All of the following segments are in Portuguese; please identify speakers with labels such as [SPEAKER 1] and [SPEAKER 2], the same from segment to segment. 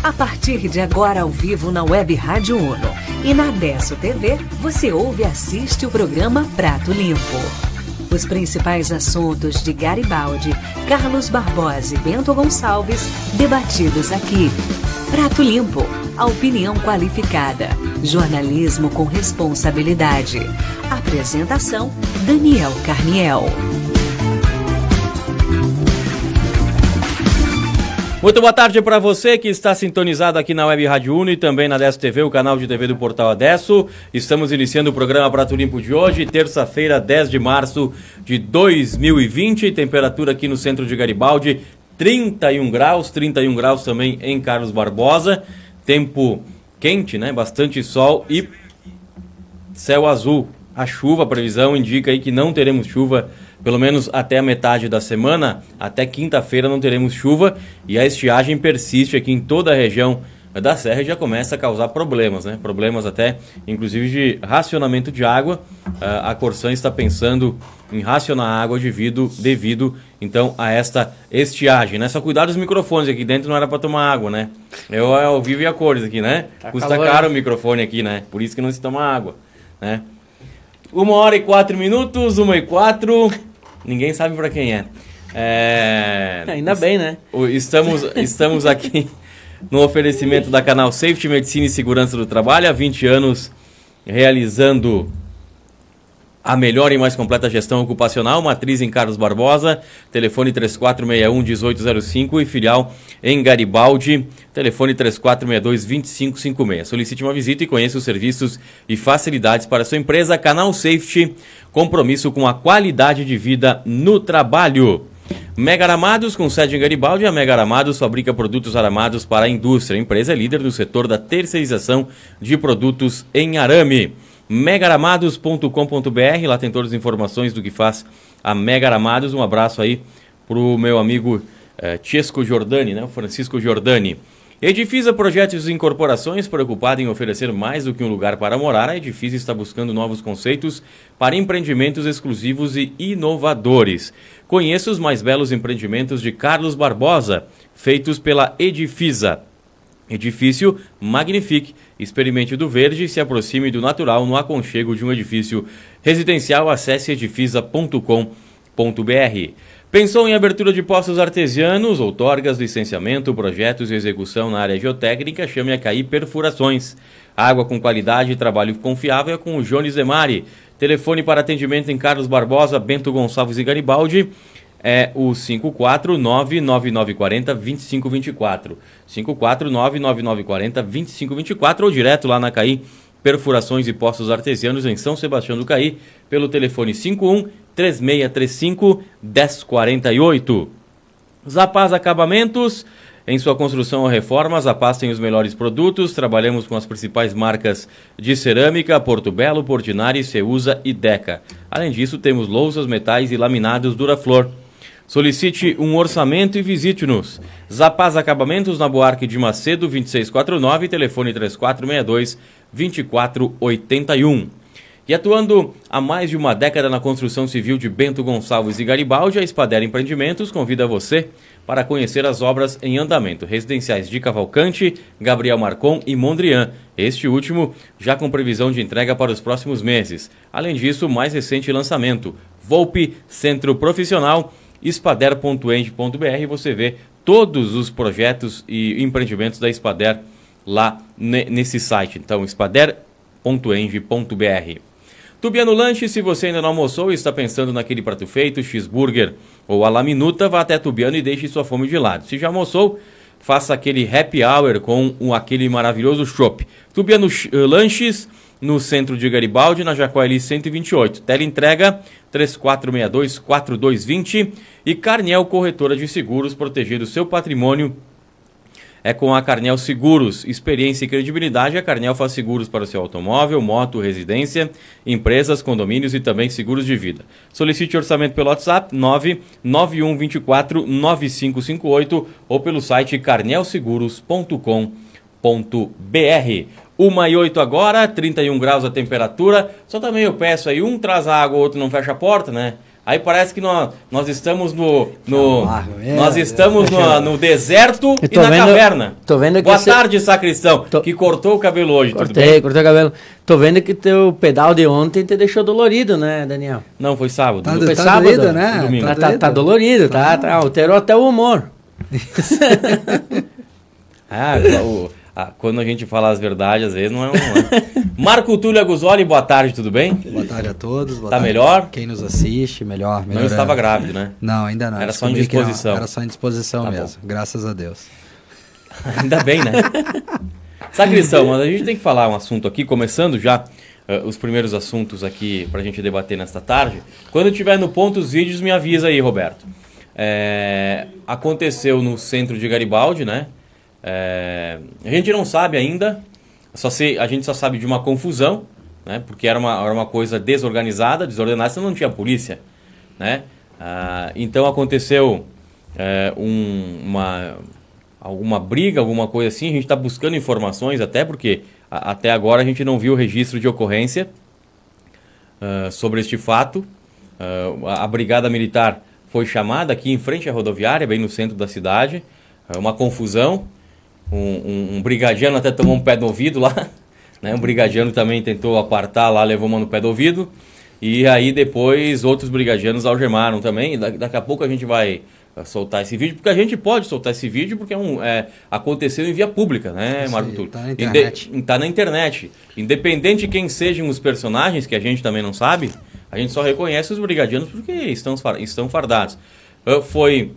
[SPEAKER 1] A partir de agora, ao vivo na Web Rádio Uno e na Adesso TV, você ouve e assiste o programa Prato Limpo. Os principais assuntos de Garibaldi, Carlos Barbosa e Bento Gonçalves, debatidos aqui. Prato Limpo, a opinião qualificada. Jornalismo com responsabilidade. Apresentação, Daniel Carniel.
[SPEAKER 2] Muito boa tarde para você que está sintonizado aqui na Web Rádio Uno e também na Adesso TV, o canal de TV do Portal Adesso. Estamos iniciando o programa Prato Limpo de hoje, terça-feira, 10 de março de 2020. Temperatura aqui no centro de Garibaldi, 31 graus também em Carlos Barbosa. Tempo quente, né? Bastante sol e céu azul. A chuva, a previsão indica aí que não teremos chuva, pelo menos até a metade da semana. Até quinta-feira não teremos chuva e a estiagem persiste aqui em toda a região da Serra e já começa a causar problemas, né? Problemas até, inclusive, de racionamento de água. A Corsan está pensando em racionar água devido então, a esta estiagem, né? Só cuidar dos microfones, aqui dentro não era para tomar água, né? Eu ao vivo e a cores aqui, né? Tá custa calor, caro, né? O microfone aqui, né? Por isso que não se toma água, né? 1h04, 1h04, ninguém sabe para quem é.
[SPEAKER 3] Ainda bem, né?
[SPEAKER 2] Estamos aqui no oferecimento da Canal Safety, Medicina e Segurança do Trabalho, há 20 anos realizando a melhor e mais completa gestão ocupacional, matriz em Carlos Barbosa, telefone 3461-1805 e filial em Garibaldi, telefone 3462-2556. Solicite uma visita e conheça os serviços e facilidades para a sua empresa. Canal Safety, compromisso com a qualidade de vida no trabalho. Mega Aramados, com sede em Garibaldi, a Mega Aramados fabrica produtos aramados para a indústria. A empresa é líder no setor da terceirização de produtos em arame. megaramados.com.br, lá tem todas as informações do que faz a Mega Aramados. Um abraço aí pro meu amigo Chesco Giordani, né? O Francisco Giordani. Edifisa Projetos e Incorporações, preocupada em oferecer mais do que um lugar para morar, a Edifisa está buscando novos conceitos para empreendimentos exclusivos e inovadores. Conheça os mais belos empreendimentos de Carlos Barbosa, feitos pela Edifisa. Edifício Magnifique. Experimente do verde e se aproxime do natural no aconchego de um edifício residencial. Acesse edifisa.com.br. Pensou em abertura de poços artesianos, outorgas, licenciamento, projetos e execução na área geotécnica? Chame a CAI Perfurações. Água com qualidade e trabalho confiável é com o Jones Demari. Telefone para atendimento em Carlos Barbosa, Bento Gonçalves e Garibaldi é o 549-9940-2524. 549-9940-2524 ou direto lá na CAI Perfurações e Poços Artesianos em São Sebastião do Caí, pelo telefone 51-3635-1048. Zapaz Acabamentos, em sua construção ou reforma, Zapaz tem os melhores produtos. Trabalhamos com as principais marcas de cerâmica, Porto Belo, Portinari, Ceusa e Deca. Além disso, temos louças, metais e laminados Duraflor. Solicite um orçamento e visite-nos. Zapaz Acabamentos, na Buarque de Macedo, 2649, telefone 3462-2481. E atuando há mais de uma década na construção civil de Bento Gonçalves e Garibaldi, a Espader Empreendimentos convida você para conhecer as obras em andamento. Residenciais de Cavalcante, Gabriel Marcon e Mondrian. Este último já com previsão de entrega para os próximos meses. Além disso, o mais recente lançamento, Volpe Centro Profissional, espader.eng.br. Você vê todos os projetos e empreendimentos da Espader lá nesse site. Então, espader.eng.br. Tubiano Lanche, se você ainda não almoçou e está pensando naquele prato feito, cheeseburger ou a la minuta, vá até Tubiano e deixe sua fome de lado. Se já almoçou, faça aquele happy hour com aquele maravilhoso chopp. Tubiano Lanches, no centro de Garibaldi, na Jacoeli 128. Teleentrega 3462-4220. E Carniel Corretora de Seguros, protegendo o seu patrimônio é com a Carniel Seguros. Experiência e credibilidade, a Carniel faz seguros para o seu automóvel, moto, residência, empresas, condomínios e também seguros de vida. Solicite orçamento pelo WhatsApp 991249558 ou pelo site carnielseguros.com.br. 1h08 agora, 31 graus a temperatura. Só também eu peço aí, um traz a água, o outro não fecha a porta, né? Aí parece que nós estamos nós estamos no deserto e na caverna.
[SPEAKER 3] Tô vendo que
[SPEAKER 2] Boa tarde, sacristão, que cortou o cabelo hoje.
[SPEAKER 3] Cortei o cabelo. Tô vendo que teu pedal de ontem te deixou dolorido, né, Daniel?
[SPEAKER 2] Não, foi sábado.
[SPEAKER 3] Foi sábado,
[SPEAKER 4] doído, né?
[SPEAKER 3] Domingo. Tá dolorido, tá. Alterou até o humor.
[SPEAKER 2] Quando a gente fala as verdades, às vezes não é. Marco Túlio Aguzoli, boa tarde, tudo bem?
[SPEAKER 4] Boa tarde a todos.
[SPEAKER 2] Tá melhor?
[SPEAKER 4] Quem nos assiste, melhor.
[SPEAKER 2] Não estava grávido, né?
[SPEAKER 4] Não, ainda não.
[SPEAKER 2] Era só indisposição.
[SPEAKER 4] Era só indisposição mesmo, graças a Deus.
[SPEAKER 2] Ainda bem, né? Sacristão, mas a gente tem que falar um assunto aqui, começando já os primeiros assuntos aqui pra gente debater nesta tarde. Quando tiver no ponto os vídeos, me avisa aí, Roberto. Aconteceu no centro de Garibaldi, né? A gente não sabe ainda, a gente só sabe de uma confusão, né? Porque era uma coisa desordenada, senão não tinha polícia, né? Então aconteceu alguma briga, alguma coisa assim. A gente está buscando informações, até porque até agora a gente não viu o registro de ocorrência sobre este fato. A Brigada Militar foi chamada aqui em frente à rodoviária, bem no centro da cidade. Uma confusão. Um brigadiano até tomou um pé no ouvido lá, né? Um brigadiano também tentou apartar lá, levou uma no pé do ouvido. E aí depois outros brigadianos algemaram também. Daqui a pouco a gente vai soltar esse vídeo, porque a gente pode soltar esse vídeo porque aconteceu em via pública, né, Marco Túlio?
[SPEAKER 4] Tá na internet.
[SPEAKER 2] Tá na internet. Independente de quem sejam os personagens, que a gente também não sabe, a gente só reconhece os brigadianos porque estão fardados. Foi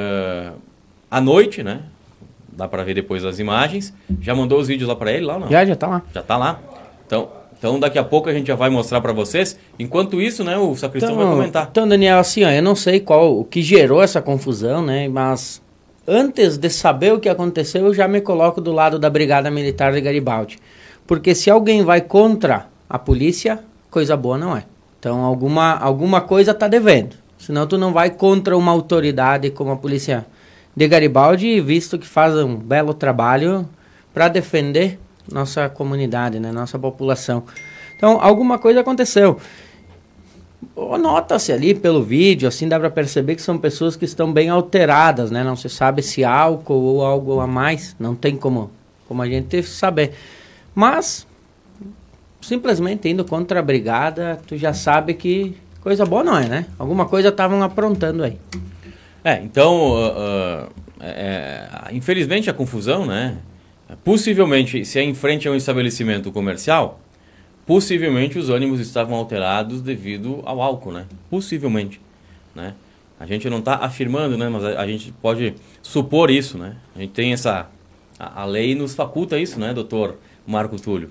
[SPEAKER 2] à noite, né? Dá para ver depois as imagens. Já mandou os vídeos lá para ele? Lá não?
[SPEAKER 3] Já tá lá.
[SPEAKER 2] Já tá lá. Então daqui a pouco a gente já vai mostrar para vocês. Enquanto isso, né, o sacristão vai comentar.
[SPEAKER 3] Então, Daniel, assim, eu não sei o que gerou essa confusão, né? Mas antes de saber o que aconteceu, eu já me coloco do lado da Brigada Militar de Garibaldi. Porque se alguém vai contra a polícia, coisa boa não é. Então alguma coisa tá devendo. Senão tu não vai contra uma autoridade como a polícia de Garibaldi, visto que faz um belo trabalho para defender nossa comunidade, né, nossa população. Então, alguma coisa aconteceu. Nota-se ali pelo vídeo, assim, dá para perceber que são pessoas que estão bem alteradas, né? Não se sabe se álcool ou algo a mais, não tem como a gente saber. Mas, simplesmente indo contra a brigada, tu já sabe que coisa boa não é, né? Alguma coisa estavam aprontando aí.
[SPEAKER 2] Então, infelizmente a confusão, né? Possivelmente, se é em frente a um estabelecimento comercial, possivelmente os ânimos estavam alterados devido ao álcool, né? Possivelmente, né? A gente não está afirmando, né? Mas a gente pode supor isso, né? A gente tem a lei nos faculta isso, né, doutor Marco Túlio?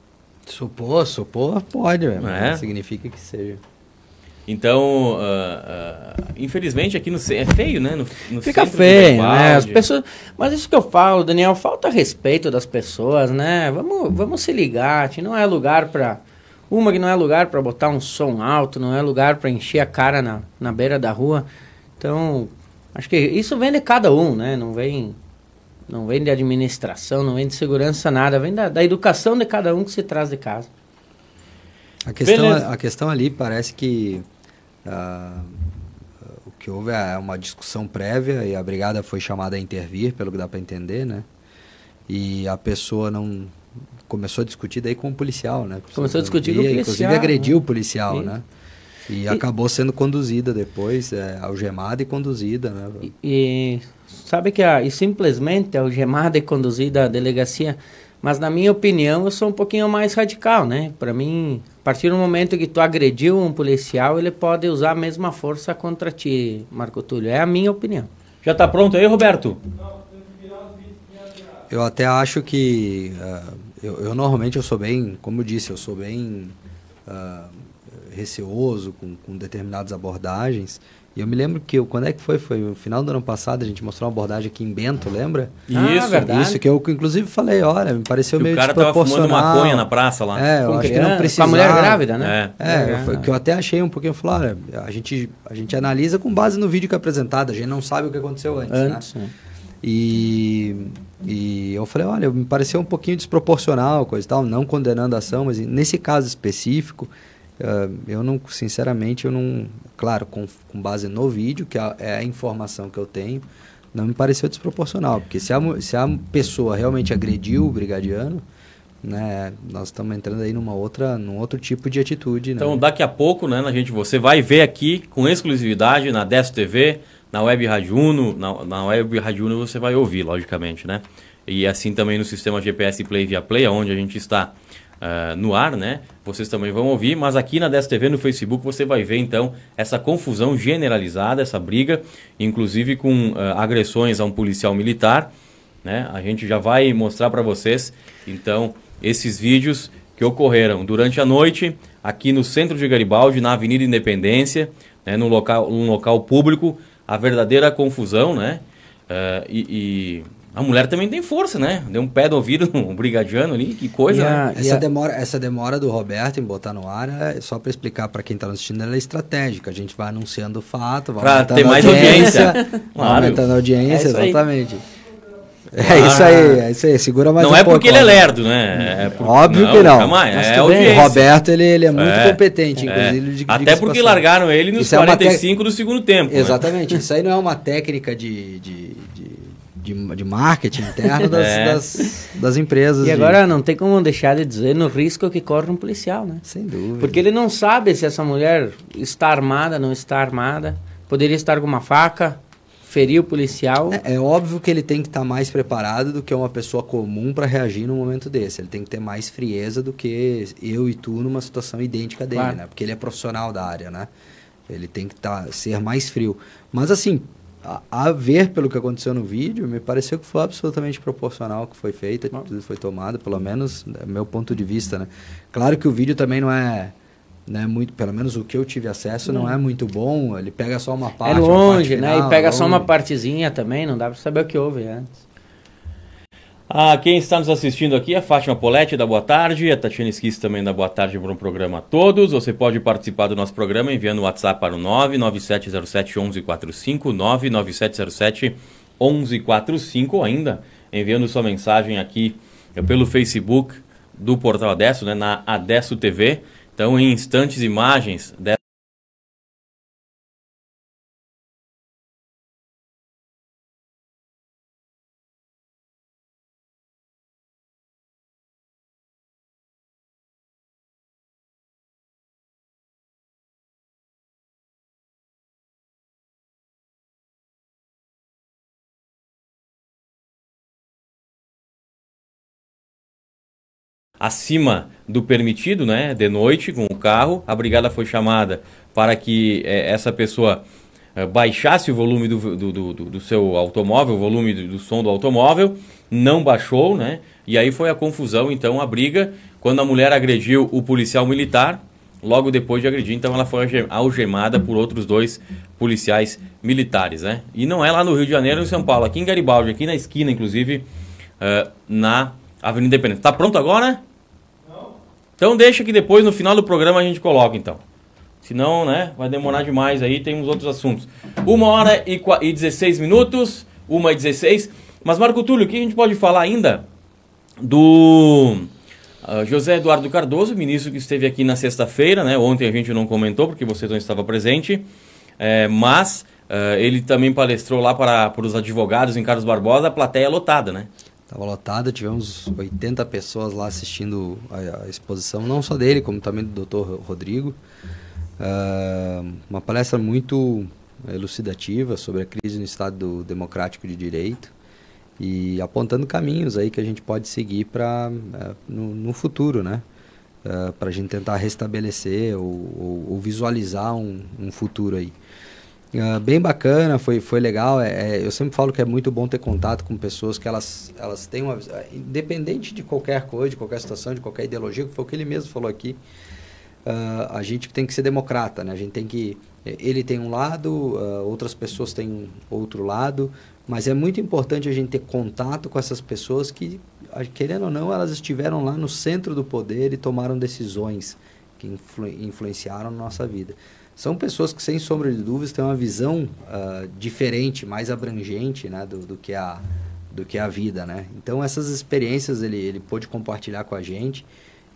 [SPEAKER 4] Supor pode, significa que seja.
[SPEAKER 2] Então, infelizmente aqui é feio, né? No
[SPEAKER 3] fica feio, né? As pessoas, mas isso que eu falo, Daniel, falta respeito das pessoas, né? Vamos se ligar, que não é lugar para que não é lugar para botar um som alto, não é lugar para encher a cara na beira da rua. Então, acho que isso vem de cada um, né? Não vem de administração, não vem de segurança, nada, vem da educação de cada um que se traz de casa.
[SPEAKER 4] A questão ali parece que o que houve é uma discussão prévia e a brigada foi chamada a intervir, pelo que dá para entender, né? E a pessoa não começou a discutir daí com o policial, né?
[SPEAKER 3] Começou a discutir com o policial.
[SPEAKER 4] Inclusive agrediu o policial, né? E acabou sendo conduzida depois, algemada e conduzida, né?
[SPEAKER 3] E sabe que simplesmente algemada e conduzida à delegacia, mas na minha opinião eu sou um pouquinho mais radical, né? Para mim, a partir do momento que tu agrediu um policial, ele pode usar a mesma força contra ti, Marco Túlio. É a minha opinião.
[SPEAKER 2] Já tá pronto aí, Roberto?
[SPEAKER 4] Eu até acho que eu normalmente sou bem, como eu disse, eu sou bem receoso com determinadas abordagens. E eu me lembro que quando é que foi? Foi no final do ano passado, a gente mostrou uma abordagem aqui em Bento, lembra?
[SPEAKER 2] Verdade.
[SPEAKER 4] Isso que eu inclusive falei, olha, me pareceu meio desproporcional.
[SPEAKER 2] O cara tava fumando maconha na praça lá.
[SPEAKER 4] Eu acho que não precisava.
[SPEAKER 3] Com a mulher grávida, né?
[SPEAKER 4] Que eu até achei um pouquinho, falei, olha, a gente analisa com base no vídeo que é apresentado, a gente não sabe o que aconteceu antes, né? E eu falei, olha, me pareceu um pouquinho desproporcional, coisa e tal, não condenando a ação, mas nesse caso específico, eu não, sinceramente, eu não... Claro, com base no vídeo, que é a informação que eu tenho, não me pareceu desproporcional. Porque se a pessoa realmente agrediu o brigadiano, né, nós estamos entrando aí num outro tipo de atitude.
[SPEAKER 2] Então,
[SPEAKER 4] né?
[SPEAKER 2] daqui a pouco, né, você vai ver aqui com exclusividade na Desto TV, na Web Rádio Uno, na Web Rádio Uno você vai ouvir, logicamente, né? E assim também no sistema GPS Play via Play, onde a gente está no ar, né? Vocês também vão ouvir, mas aqui na Desto TV, no Facebook, você vai ver, então, essa confusão generalizada, essa briga, inclusive com agressões a um policial militar, né? A gente já vai mostrar para vocês, então, esses vídeos que ocorreram durante a noite, aqui no centro de Garibaldi, na Avenida Independência, né? num local público, a verdadeira confusão, né? E a mulher também tem força, né? Deu um pé no ouvido no brigadiano ali, que coisa, né?
[SPEAKER 4] Essa demora do Roberto em botar no ar é só para explicar para quem está assistindo, ela é estratégica. A gente vai anunciando o fato, vai
[SPEAKER 2] para ter mais audiência.
[SPEAKER 4] Vai aumentando a audiência, exatamente. Isso aí, segura mais
[SPEAKER 2] não
[SPEAKER 4] um pouco.
[SPEAKER 2] Não é porque ele é lerdo, né?
[SPEAKER 4] Óbvio que não.
[SPEAKER 2] O
[SPEAKER 4] Roberto, ele é muito competente, inclusive.
[SPEAKER 2] Até porque largaram ele nos 45 do segundo tempo.
[SPEAKER 4] Exatamente. Né? Isso aí não é uma técnica de marketing interno das empresas.
[SPEAKER 3] E agora não tem como deixar de dizer no risco que corre um policial, né?
[SPEAKER 4] Sem dúvida.
[SPEAKER 3] Porque ele não sabe se essa mulher está armada, não está armada. Poderia estar com uma faca, ferir o policial.
[SPEAKER 4] É óbvio que ele tem que estar mais preparado do que uma pessoa comum para reagir num momento desse. Ele tem que ter mais frieza do que eu e tu numa situação idêntica dele, claro. Né? Porque ele é profissional da área, né? Ele tem que ser mais frio. Mas assim, a ver pelo que aconteceu no vídeo, me pareceu que foi absolutamente proporcional o que foi feito, tudo foi tomado, pelo menos do meu ponto de vista, né? Claro que o vídeo também não é muito, pelo menos o que eu tive acesso não é muito bom, ele pega só uma parte.
[SPEAKER 3] É longe,
[SPEAKER 4] uma parte final,
[SPEAKER 3] né? E pega só uma partezinha também, não dá para saber o que houve antes.
[SPEAKER 2] Quem está nos assistindo aqui é a Fátima Poletti, da Boa Tarde, a Tatiana Esquisse também da Boa Tarde para um programa a todos. Você pode participar do nosso programa enviando o WhatsApp para o 99707-1145, 99707-1145, ainda enviando sua mensagem aqui pelo Facebook do Portal Adesso, né, na Adesso TV. Então, em instantes, imagens dessa acima do permitido, né, de noite, com o carro. A brigada foi chamada para que essa pessoa baixasse o volume do seu automóvel, o volume do som do automóvel, não baixou, né, e aí foi a confusão, então, a briga, quando a mulher agrediu o policial militar, logo depois de agredir, então ela foi algemada por outros 2 policiais militares, né, e não é lá no Rio de Janeiro, em São Paulo, aqui em Garibaldi, aqui na esquina, inclusive, na Avenida Independência. Tá pronto agora? Não. Então deixa que depois, no final do programa, a gente coloca, então. Senão, né, vai demorar demais aí, temos outros assuntos. 1h16, 1h16. Mas, Marco Túlio, o que a gente pode falar ainda do José Eduardo Cardoso, ministro que esteve aqui na sexta-feira, né? Ontem a gente não comentou, porque você não estava presente, mas ele também palestrou lá para os advogados em Carlos Barbosa, a plateia lotada, né?
[SPEAKER 4] Estava lotada, tivemos 80 pessoas lá assistindo a exposição, não só dele, como também do Dr. Rodrigo. Uma palestra muito elucidativa sobre a crise no Estado Democrático de Direito e apontando caminhos aí que a gente pode seguir no futuro, né? Para a gente tentar restabelecer ou visualizar um futuro aí. Bem bacana, foi legal. Eu sempre falo que é muito bom ter contato com pessoas que elas têm uma... Independente de qualquer coisa, de qualquer situação, de qualquer ideologia, que foi o que ele mesmo falou aqui, a gente tem que ser democrata, né? A gente tem que... Ele tem um lado, outras pessoas têm outro lado, mas é muito importante a gente ter contato com essas pessoas que, querendo ou não, elas estiveram lá no centro do poder e tomaram decisões que influenciaram na nossa vida. São pessoas que, sem sombra de dúvidas, têm uma visão diferente, mais abrangente, né, do que a vida, né? Então, essas experiências ele pôde compartilhar com a gente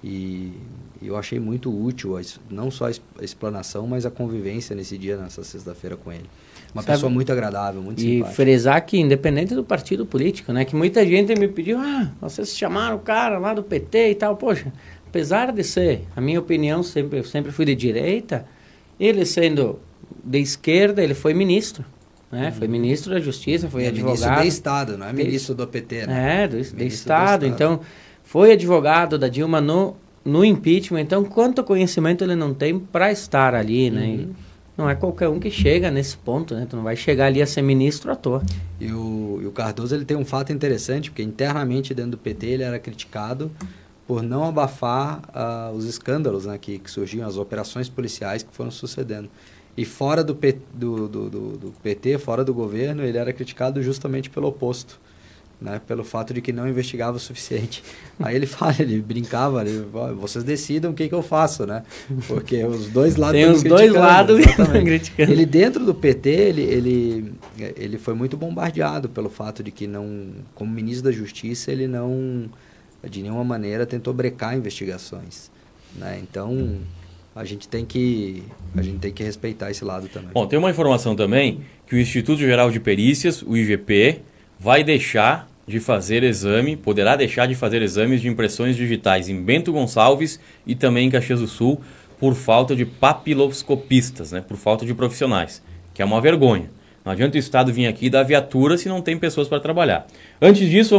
[SPEAKER 4] E eu achei muito útil, não só a explanação, mas a convivência nesse dia, nessa sexta-feira com ele. Uma pessoa muito agradável, muito simpática.
[SPEAKER 3] E frisar que, independente do partido político, né? Que muita gente me pediu, vocês chamaram o cara lá do PT e tal. Poxa, apesar de ser, a minha opinião, eu sempre fui de direita, ele sendo de esquerda, ele foi ministro. Né? Foi ministro da Justiça, foi advogado.
[SPEAKER 4] Ministro de Estado, não é ministro do PT, né?
[SPEAKER 3] Do Estado. Então, foi advogado da Dilma no impeachment. Então, quanto conhecimento ele não tem para estar ali, né? E não é qualquer um que chega nesse ponto, né? Tu não vai chegar ali a ser ministro à toa.
[SPEAKER 4] E o Cardoso, ele tem um fato interessante, porque internamente dentro do PT ele era criticado por não abafar os escândalos, né, que surgiam, as operações policiais que foram sucedendo. E fora do PT, fora do governo, ele era criticado justamente pelo oposto, né, pelo fato de que não investigava o suficiente. Aí ele brincava, vocês decidam o que eu faço, né? Porque os dois lados
[SPEAKER 3] tem os dois lados
[SPEAKER 4] criticando. Ele dentro do PT, ele foi muito bombardeado pelo fato de que não, como ministro da Justiça, ele não, de nenhuma maneira, tentou brecar investigações, né? Então, a gente tem que respeitar esse lado também.
[SPEAKER 2] Bom, tem uma informação também que o Instituto Geral de Perícias, o IGP, vai deixar de fazer poderá deixar de fazer exames de impressões digitais em Bento Gonçalves e também em Caxias do Sul por falta de papiloscopistas, né, por falta de profissionais, que é uma vergonha. Não adianta o Estado vir aqui dar viatura se não tem pessoas para trabalhar. Antes disso,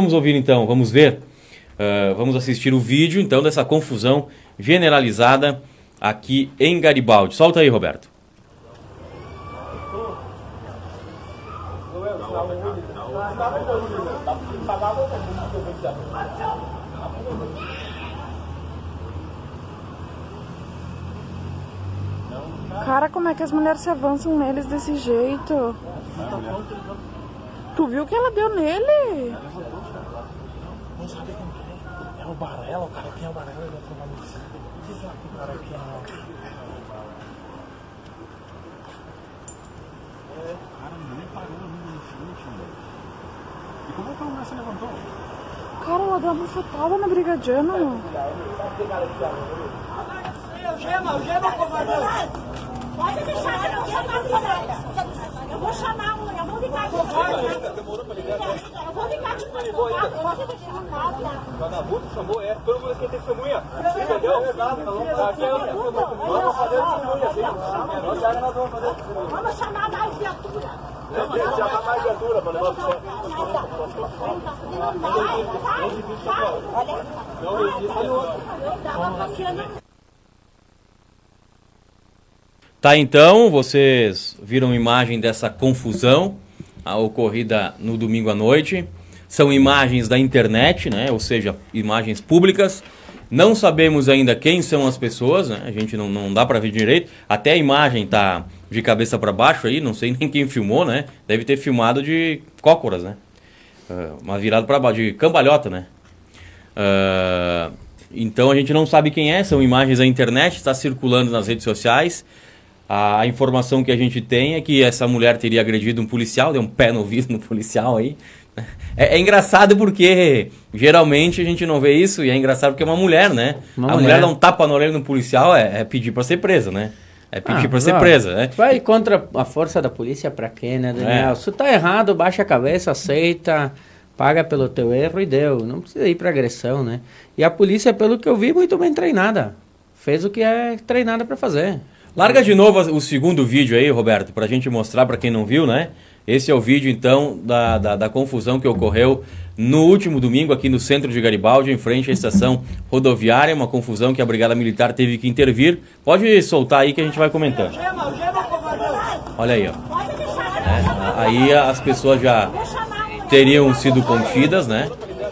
[SPEAKER 2] vamos assistir o vídeo então dessa confusão generalizada aqui em Garibaldi. Solta aí, Roberto.
[SPEAKER 5] Cara, como é que as mulheres se avançam neles desse jeito? Tu viu que ela deu nele?
[SPEAKER 6] Não sabe quem é o Barela, o cara que é o Barela, ele vai tomar no c... Diz lá que o cara que é... Cara, ninguém parou ali no chute, mano. E como é que a mulher se levantou?
[SPEAKER 5] Cara, ela deu uma bufetada na brigadiana.
[SPEAKER 7] Algema, covarde! Pode deixar, eu vou chamar um, eu vou ligar aqui.
[SPEAKER 6] Demorou pra ligar, né?
[SPEAKER 7] Eu vou ligar aqui pra ligar, pode deixar na casa.
[SPEAKER 6] Vagabundo chamou, todo mundo que tem testemunha. Entendeu? Vamos fazer testemunha, sim. Nós vamos fazer testemunha.
[SPEAKER 7] Vamos chamar mais viatura.
[SPEAKER 6] Vamos chamar mais viatura para levar pro chefe.
[SPEAKER 7] Não existe.
[SPEAKER 2] Tá, então, vocês viram imagem dessa confusão ocorrida no domingo à noite. São imagens da internet, né? Ou seja, imagens públicas. Não sabemos ainda quem são as pessoas, né? A gente não dá para ver direito. Até a imagem tá de cabeça para baixo aí, não sei nem quem filmou, né? Deve ter filmado de cócoras, né? Uma virada para baixo, de cambalhota, né? Então a gente não sabe quem é, são imagens da internet, está circulando nas redes sociais. A informação que a gente tem é que essa mulher teria agredido um policial, deu um pé no ouvido no policial aí. É engraçado porque geralmente a gente não vê isso, e é engraçado porque é uma mulher, né? A mulher dá um tapa na orelha no policial, é pedir para ser presa, né? É pedir para ser presa, né?
[SPEAKER 3] Vai contra a força da polícia pra quê, né, Daniel? Se tá errado, baixa a cabeça, aceita, paga pelo teu erro e deu. Não precisa ir pra agressão, né? E a polícia, pelo que eu vi, muito bem treinada. Fez o que é treinada para fazer.
[SPEAKER 2] Larga de novo o segundo vídeo aí, Roberto, pra gente mostrar pra quem não viu, né? Esse é o vídeo, então, da confusão que ocorreu no último domingo aqui no centro de Garibaldi, em frente à estação rodoviária, uma confusão que a Brigada Militar teve que intervir. Pode soltar aí que a gente vai comentando. Olha aí, ó. Aí as pessoas já teriam sido contidas, né?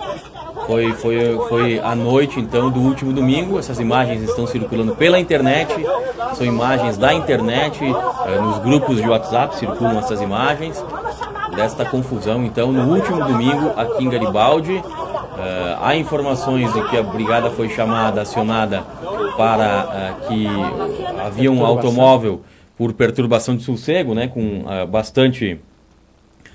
[SPEAKER 2] Foi à noite, então, do último domingo. Essas imagens estão circulando pela internet. São imagens da internet. Nos grupos de WhatsApp circulam essas imagens desta confusão, então, no último domingo aqui em Garibaldi. Há informações de que a brigada foi acionada para que havia um automóvel por perturbação de sossego, né, com bastante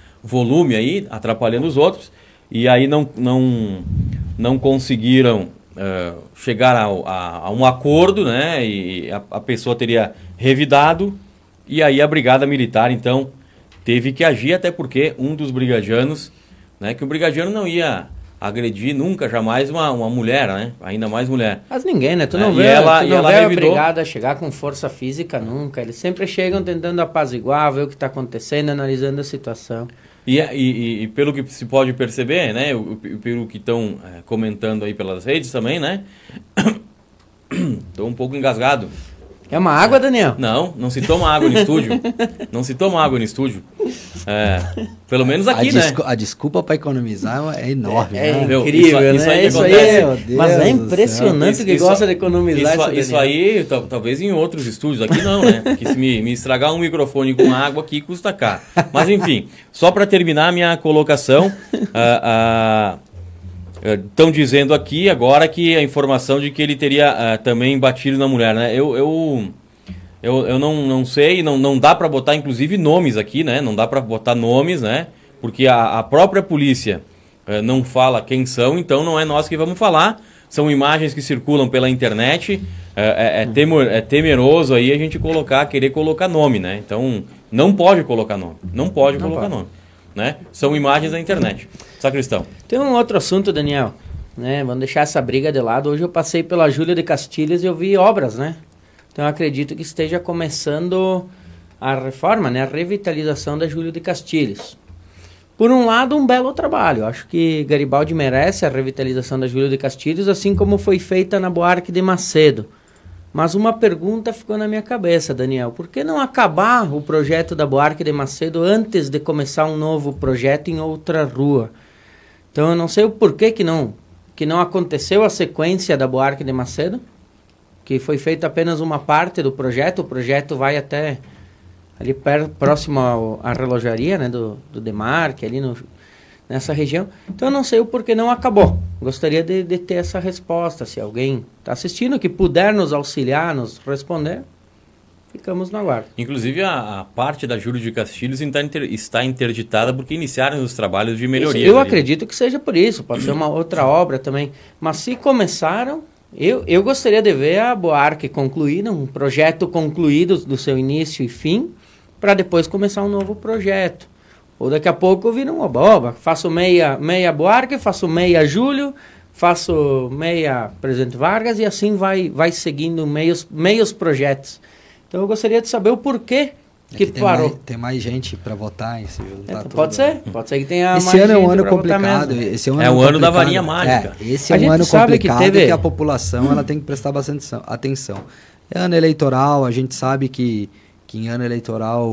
[SPEAKER 2] volume aí, atrapalhando os outros. E aí não conseguiram chegar a um acordo, né? E a pessoa teria revidado, e aí a Brigada Militar, então, teve que agir, até porque um dos brigadianos, né? Que o brigadiano não ia agredir nunca, jamais uma mulher, né? Ainda mais mulher.
[SPEAKER 3] Mas ninguém, né? Tu não vê,
[SPEAKER 2] ela
[SPEAKER 3] a brigada chegar com força física nunca. Eles sempre chegam tentando apaziguar, ver o que está acontecendo, analisando a situação.
[SPEAKER 2] E pelo que se pode perceber, né? Pelo que estão comentando aí pelas redes também, né? Estou um pouco engasgado.
[SPEAKER 3] É uma água, Daniel?
[SPEAKER 2] Não se toma água no estúdio. Não se toma água no estúdio. Pelo menos aqui, né?
[SPEAKER 4] A desculpa para economizar é enorme.
[SPEAKER 3] É
[SPEAKER 4] né?
[SPEAKER 3] incrível,
[SPEAKER 2] isso
[SPEAKER 3] né?
[SPEAKER 2] aí
[SPEAKER 3] Isso aí mas é impressionante que gosta de economizar
[SPEAKER 2] isso aí, talvez em outros estúdios. Aqui não, né? Porque se me estragar um microfone com água aqui, custa caro. Mas enfim, só para terminar a minha colocação... Estão dizendo aqui agora que a informação de que ele teria também batido na mulher, né? Eu não sei, não dá para botar inclusive nomes aqui, né? Não dá para botar nomes, né? Porque a própria polícia não fala quem são, então não é nós que vamos falar. São imagens que circulam pela internet. É temeroso aí a gente querer colocar nome, né? Então não pode colocar nome. Não pode colocar nome. Né? São imagens da internet. Sacristão.
[SPEAKER 3] Tem um outro assunto, Daniel, né? Vamos deixar essa briga de lado. Hoje eu passei pela Júlia de Castilhos e eu vi obras, né? Então eu acredito que esteja começando a reforma, né? A revitalização da Júlia de Castilhos. Por um lado, um belo trabalho. Acho que Garibaldi merece a revitalização da Júlia de Castilhos, assim como foi feita na Buarque de Macedo. Mas uma pergunta ficou na minha cabeça, Daniel. Por que não acabar o projeto da Buarque de Macedo antes de começar um novo projeto em outra rua? Então, eu não sei o porquê que não aconteceu a sequência da Buarque de Macedo, que foi feita apenas uma parte do projeto. O projeto vai até ali próximo à relojaria, né, do Demarque, ali nessa região. Então, eu não sei o porquê não acabou. Gostaria de ter essa resposta. Se alguém está assistindo, que puder nos auxiliar, nos responder, ficamos no aguardo.
[SPEAKER 2] Inclusive, a parte da Júlia de Castilhos está interditada porque iniciaram os trabalhos de melhoria.
[SPEAKER 3] Eu acredito que seja por isso. Pode ser uma outra obra também. Mas se começaram, eu gostaria de ver a Buarque concluída, um projeto concluído do seu início e fim, para depois começar um novo projeto. Ou daqui a pouco eu viro um oba-oba. Faço meia Buarque, faço meia Júlio, faço meia Presidente Vargas e assim vai seguindo meios projetos. Então eu gostaria de saber o porquê que parou.
[SPEAKER 4] Tem mais gente para votar em se juntar tudo.
[SPEAKER 3] Pode ser que tenha
[SPEAKER 4] esse
[SPEAKER 3] mais
[SPEAKER 4] ano
[SPEAKER 3] gente.
[SPEAKER 4] É um ano complicado. Esse ano
[SPEAKER 2] é o ano da varinha mágica.
[SPEAKER 4] Esse é um ano complicado que a população ela tem que prestar bastante atenção. É ano eleitoral, a gente sabe que em ano eleitoral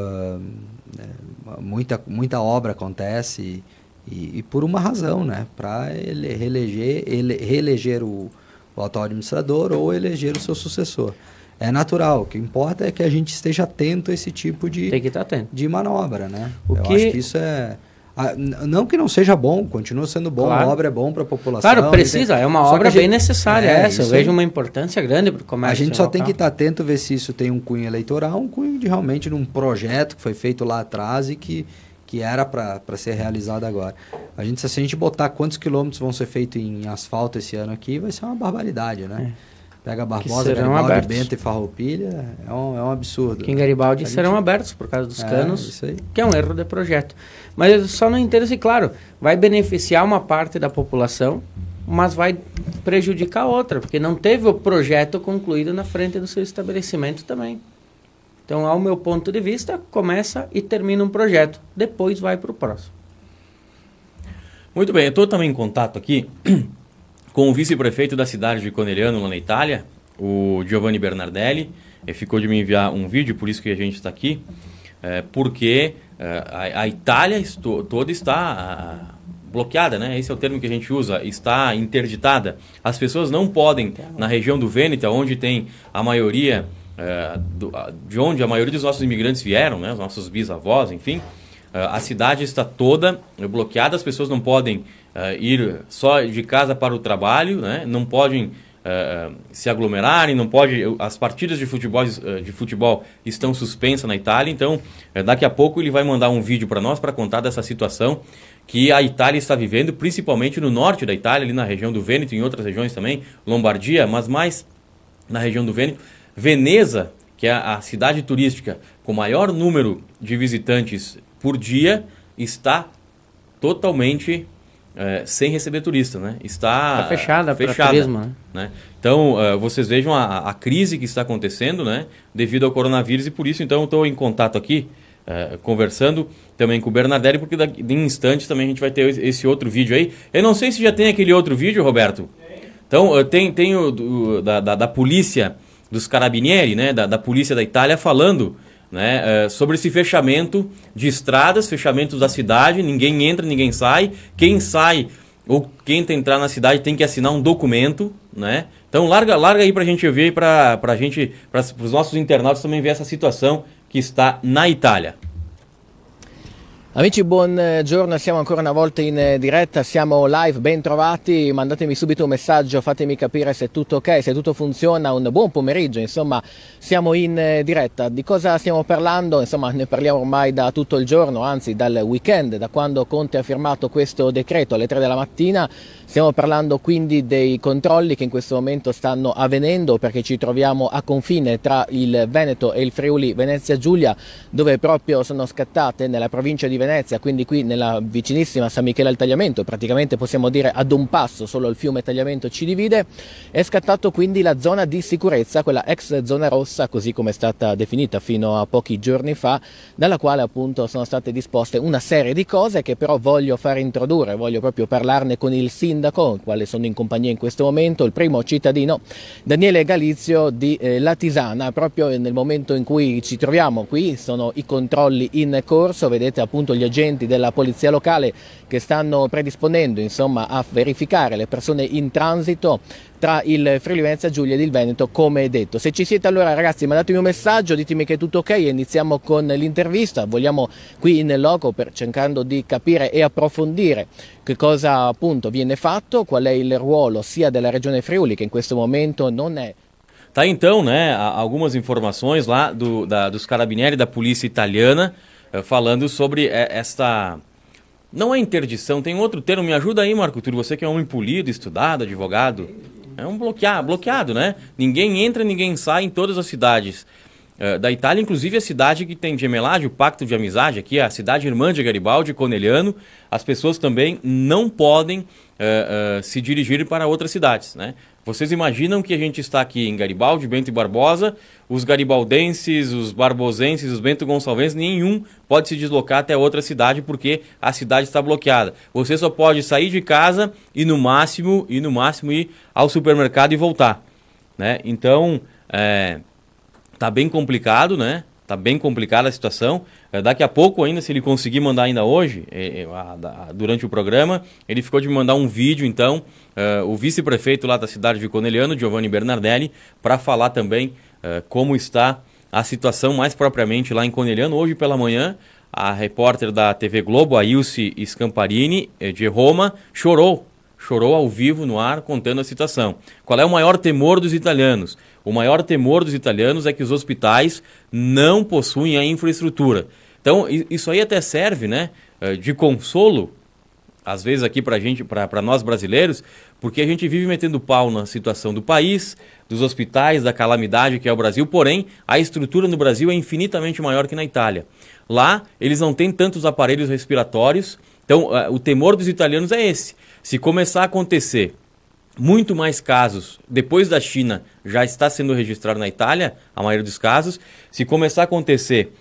[SPEAKER 4] muita obra acontece e por uma razão, né? Para reeleger o atual administrador ou eleger o seu sucessor. É natural, o que importa é que a gente esteja atento a esse tipo de manobra, né? Eu acho que isso é... não que não seja bom, continua sendo bom,
[SPEAKER 3] claro.
[SPEAKER 4] A obra é bom para a população.
[SPEAKER 3] Claro, precisa, é uma obra bem necessária essa, eu vejo uma importância grande para o comércio.
[SPEAKER 4] A gente só tem que estar atento, ver se isso tem um cunho eleitoral, um cunho de realmente num projeto que foi feito lá atrás e que era para ser realizado agora. Se a gente botar quantos quilômetros vão ser feitos em asfalto esse ano aqui, vai ser uma barbaridade, né? Pega Barbosa, Garibaldi, Bento e Farroupilha, é um absurdo.
[SPEAKER 3] Que em Garibaldi serão abertos por causa dos canos, que é um erro de projeto. Mas eu só não entendo se, claro, vai beneficiar uma parte da população, mas vai prejudicar outra, porque não teve o projeto concluído na frente do seu estabelecimento também. Então, ao meu ponto de vista, começa e termina um projeto, depois vai para o próximo.
[SPEAKER 2] Muito bem, eu estou também em contato aqui com o vice-prefeito da cidade de Conegliano, lá na Itália, o Giovanni Bernardelli. Ficou de me enviar um vídeo, por isso que a gente está aqui, porque a Itália toda está bloqueada, né? Esse é o termo que a gente usa, está interditada. As pessoas não podem, na região do Vêneto, onde tem a maioria, de onde a maioria dos nossos imigrantes vieram, né? Os nossos bisavós, enfim, a cidade está toda bloqueada, as pessoas não podem ir só de casa para o trabalho, né? Não podem se aglomerarem, não pode, as partidas de futebol estão suspensas na Itália, então daqui a pouco ele vai mandar um vídeo para nós para contar dessa situação que a Itália está vivendo, principalmente no norte da Itália, ali na região do Vêneto, em outras regiões também, Lombardia, mas mais na região do Vêneto. Veneza, que é a cidade turística com maior número de visitantes por dia, está totalmente sem receber turista, né? Está
[SPEAKER 3] fechada para turismo,
[SPEAKER 2] né? Então, vocês vejam a crise que está acontecendo, né? Devido ao coronavírus, e por isso, então, estou em contato aqui, conversando também com o Bernardelli, porque de instantes também a gente vai ter esse outro vídeo aí. Eu não sei se já tem aquele outro vídeo, Roberto. Então, tem o da polícia, dos carabinieri, né? Da polícia da Itália falando, né, sobre esse fechamento de estradas, fechamento da cidade, ninguém entra, ninguém sai. Quem sai ou quem tenta entrar na cidade tem que assinar um documento, né? Então larga aí pra gente ver, para os nossos internautas também ver essa situação que está na Itália.
[SPEAKER 8] Amici, buongiorno, siamo ancora una volta in diretta, siamo live, ben trovati, mandatemi subito un messaggio, fatemi capire se tutto ok, se tutto funziona, un buon pomeriggio, insomma siamo in diretta. Di cosa stiamo parlando? Insomma ne parliamo ormai da tutto il giorno, anzi dal weekend, da quando Conte ha firmato questo decreto alle 3 della mattina. Stiamo parlando quindi dei controlli che in questo momento stanno avvenendo, perché ci troviamo a confine tra il Veneto e il Friuli Venezia Giulia, dove proprio sono scattate nella provincia di Venezia, quindi qui nella vicinissima San Michele al Tagliamento, praticamente possiamo dire ad un passo, solo il fiume Tagliamento ci divide, è scattato quindi la zona di sicurezza, quella ex zona rossa, così come è stata definita fino a pochi giorni fa, dalla quale appunto sono state disposte una serie di cose che però voglio far introdurre, voglio proprio parlarne con il sindaco, quale sono in compagnia in questo momento, il primo cittadino Daniele Galizio di Latisana. Proprio nel momento in cui ci troviamo qui sono i controlli in corso, vedete appunto gli agenti della polizia locale che stanno predisponendo insomma a verificare le persone in transito tra il Friuli Venezia Giulia ed il Veneto, come detto. Se ci siete allora ragazzi mandatemi un messaggio, ditemi che è tutto ok e iniziamo con l'intervista. Vogliamo qui in loco cercando di capire e approfondire che cosa appunto viene fatto, qual è il ruolo sia della Regione Friuli, che in questo momento non è.
[SPEAKER 2] Tá então, né, algumas informações lá dos carabinieri da polícia italiana falando sobre esta... Não é interdição, tem outro termo, me ajuda aí, Marco Túlio, você que é um homem polido, estudado, advogado. É um bloqueado, né? Ninguém entra, ninguém sai em todas as cidades da Itália, inclusive a cidade que tem gemelagem, o Pacto de Amizade, aqui a cidade irmã de Garibaldi, Conegliano, as pessoas também não podem se dirigir para outras cidades, né? Vocês imaginam que a gente está aqui em Garibaldi, Bento e Barbosa, os garibaldenses, os barbosenses, os Bento Gonçalvenses, nenhum pode se deslocar até outra cidade porque a cidade está bloqueada. Você só pode sair de casa e no máximo ir ao supermercado e voltar, né? Então, tá bem complicado, né? Tá bem complicada a situação. Daqui a pouco ainda, se ele conseguir mandar ainda hoje, durante o programa, ele ficou de me mandar um vídeo, então, o vice-prefeito lá da cidade de Conegliano, Giovanni Bernardelli, para falar também como está a situação mais propriamente lá em Conegliano. Hoje pela manhã, a repórter da TV Globo, a Ilse Scamparini, de Roma, chorou ao vivo no ar contando a situação. Qual é o maior temor dos italianos? O maior temor dos italianos é que os hospitais não possuem a infraestrutura. Então, isso aí até serve, né, de consolo, às vezes aqui pra gente, para nós brasileiros, porque a gente vive metendo pau na situação do país, dos hospitais, da calamidade que é o Brasil, porém, a estrutura no Brasil é infinitamente maior que na Itália. Lá, eles não têm tantos aparelhos respiratórios, então o temor dos italianos é esse. Se começar a acontecer muito mais casos, depois da China já está sendo registrado na Itália, a maioria dos casos, se começar a acontecer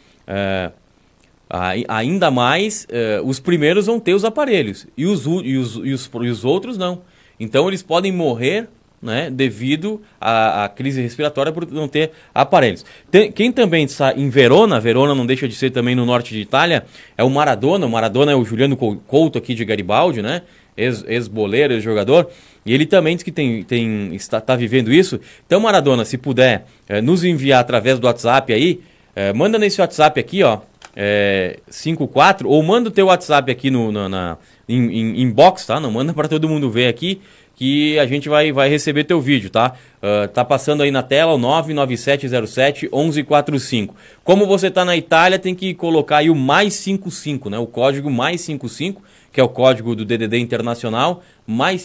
[SPEAKER 2] ainda mais, os primeiros vão ter os aparelhos e os outros não. Então eles podem morrer, né, devido à crise respiratória por não ter aparelhos. Quem também está em Verona não deixa de ser também no norte de Itália, é o Maradona. O Maradona é o Juliano Couto aqui de Garibaldi, né? Ex-boleiro, ex-jogador, e ele também diz que está vivendo isso. Então, Maradona, se puder nos enviar através do WhatsApp aí, manda nesse WhatsApp aqui, ó, 54, ou manda o teu WhatsApp aqui em inbox, tá? Não manda para todo mundo ver aqui, que a gente vai receber teu vídeo, tá? Tá passando aí na tela o 99707-1145. Como você tá na Itália, tem que colocar aí o mais 55, né? O código mais 55, que é o código do DDD internacional, mais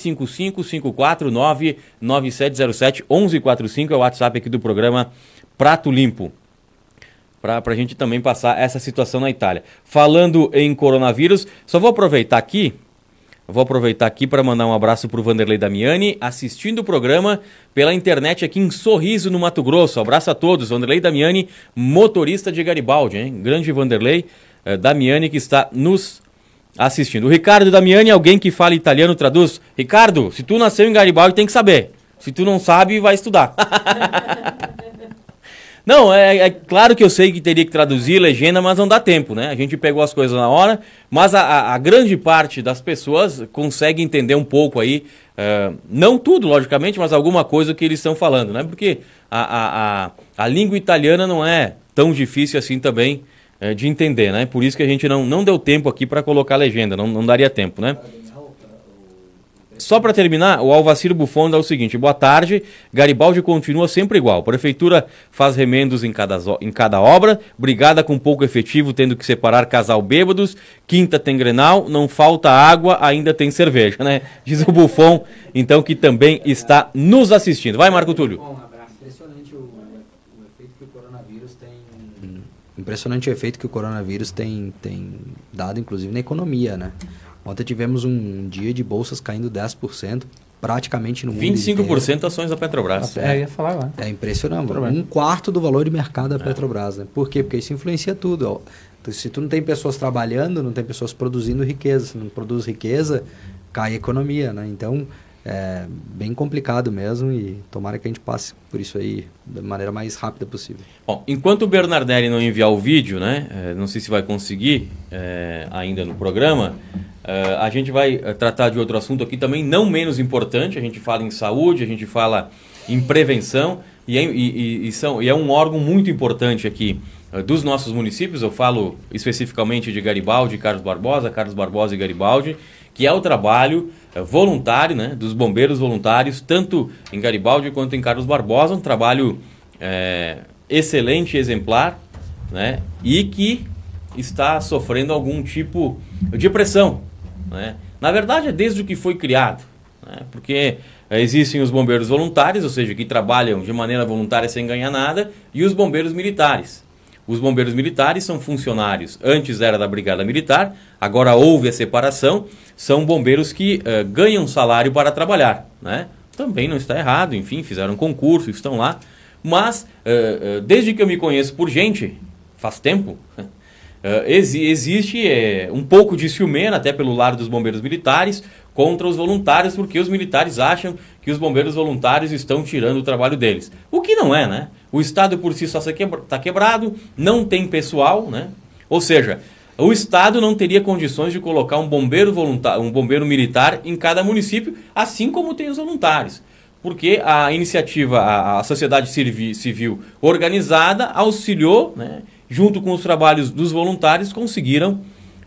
[SPEAKER 2] 555499707-1145, é o WhatsApp aqui do programa Prato Limpo. Para a gente também passar essa situação na Itália. Falando em coronavírus, só vou aproveitar aqui para mandar um abraço para o Vanderlei Damiani, assistindo o programa pela internet aqui em Sorriso, no Mato Grosso. Abraço a todos. Vanderlei Damiani, motorista de Garibaldi, hein? Grande Vanderlei Damiani que está nos assistindo. O Ricardo Damiani, alguém que fala italiano, traduz. Ricardo, se tu nasceu em Garibaldi, tem que saber. Se tu não sabe, vai estudar. Não, é claro que eu sei que teria que traduzir legenda, mas não dá tempo, né? A gente pegou as coisas na hora, mas a grande parte das pessoas consegue entender um pouco aí, não tudo, logicamente, mas alguma coisa que eles estão falando, né? Porque a língua italiana não é tão difícil assim também de entender, né? Por isso que a gente não deu tempo aqui para colocar legenda, não daria tempo, né? Só para terminar, o Alvaciro Buffon dá o seguinte: boa tarde, Garibaldi continua sempre igual. Prefeitura faz remendos em cada obra, brigada com pouco efetivo, tendo que separar casal bêbados, quinta tem Grenal, não falta água, ainda tem cerveja, né? Diz o Buffon, então, que também está nos assistindo. Vai, Marco Túlio.
[SPEAKER 4] Um abraço. Impressionante o efeito que o coronavírus tem. Impressionante o efeito que o coronavírus tem dado, inclusive, na economia, né? Ontem tivemos um dia de bolsas caindo 10%, praticamente no mundo
[SPEAKER 2] 25%
[SPEAKER 4] inteiro.
[SPEAKER 2] Ações da Petrobras.
[SPEAKER 3] Eu ia falar agora.
[SPEAKER 4] É impressionante. Um quarto do valor de mercado da Petrobras, né? Por quê? Porque isso influencia tudo. Ó. Então, se tu não tem pessoas trabalhando, não tem pessoas produzindo riqueza. Se não produz riqueza, cai a economia, né? Então, é bem complicado mesmo e tomara que a gente passe por isso aí da maneira mais rápida possível.
[SPEAKER 2] Bom, enquanto o Bernardelli não enviar o vídeo, né? Não sei se vai conseguir ainda no programa. A gente vai tratar de outro assunto aqui também, não menos importante. A gente fala em saúde, a gente fala em prevenção e é um órgão muito importante aqui dos nossos municípios. Eu falo especificamente de Garibaldi, Carlos Barbosa e Garibaldi, que é o trabalho voluntário, né, dos bombeiros voluntários, tanto em Garibaldi quanto em Carlos Barbosa. Um trabalho excelente e exemplar, né, e que está sofrendo algum tipo de pressão, né? Na verdade, é desde o que foi criado, né? Porque existem os bombeiros voluntários, ou seja, que trabalham de maneira voluntária sem ganhar nada, e os bombeiros militares. Os bombeiros militares são funcionários, antes era da Brigada Militar, agora houve a separação, são bombeiros que ganham salário para trabalhar, né? Também não está errado, enfim, fizeram concurso, estão lá, mas desde que eu me conheço por gente, faz tempo, existe um pouco de ciúmeira até pelo lado dos bombeiros militares contra os voluntários, porque os militares acham que os bombeiros voluntários estão tirando o trabalho deles. O que não é, né? O Estado por si só está quebrado, não tem pessoal, né? Ou seja, o Estado não teria condições de colocar um bombeiro militar em cada município, assim como tem os voluntários. Porque a iniciativa, a sociedade civil organizada auxiliou, né? Junto com os trabalhos dos voluntários, conseguiram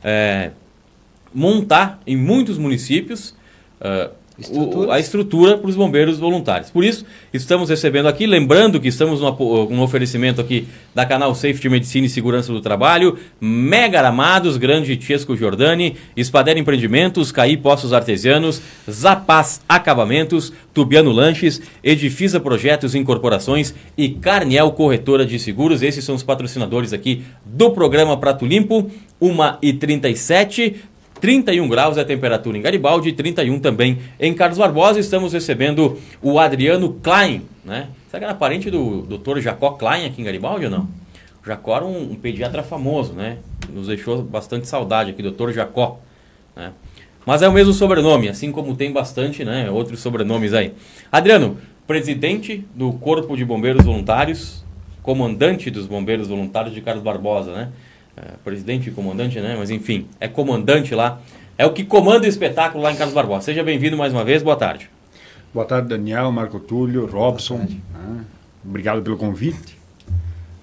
[SPEAKER 2] montar em muitos municípios a estrutura para os bombeiros voluntários. Por isso, estamos recebendo aqui, lembrando que estamos num oferecimento aqui da Canal Safety Medicina e Segurança do Trabalho, Mega Aramados, Grande Tiesco Giordani, Espadera Empreendimentos, Caí Poços Artesianos, Zapaz Acabamentos, Tubiano Lanches, Edifisa Projetos e Incorporações e Carniel Corretora de Seguros. Esses são os patrocinadores aqui do programa Prato Limpo. 1h37, 31 graus é a temperatura em Garibaldi, 31 também em Carlos Barbosa. Estamos recebendo o Adriano Klein, né? Será que era parente do Dr. Jacó Klein aqui em Garibaldi ou não? O Jacó era um pediatra famoso, né? Nos deixou bastante saudade aqui, Dr. Jacó, né? Mas é o mesmo sobrenome, assim como tem bastante, né, outros sobrenomes aí. Adriano, presidente do Corpo de Bombeiros Voluntários, comandante dos Bombeiros Voluntários de Carlos Barbosa, né? Presidente e comandante, né? Mas enfim, é comandante lá. É o que comanda o espetáculo lá em Carlos Barbosa. Seja bem-vindo mais uma vez, boa tarde.
[SPEAKER 9] Boa tarde, Daniel, Marco Túlio, Robson. Né? Obrigado pelo convite.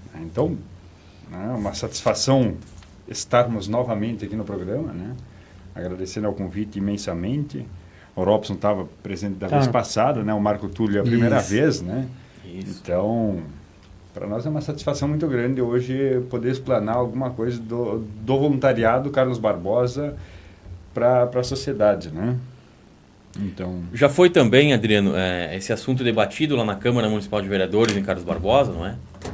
[SPEAKER 9] Então, uma satisfação estarmos novamente aqui no programa, né? agradecendo ao convite imensamente. O Robson estava presente da vez passada, né? O Marco Túlio é a primeira vez, né? Isso. Então, para nós é uma satisfação muito grande hoje poder explanar alguma coisa do voluntariado Carlos Barbosa para a sociedade, né? Então... Já foi também, Adriano, esse assunto debatido lá na Câmara Municipal de Vereadores em Carlos Barbosa, não é?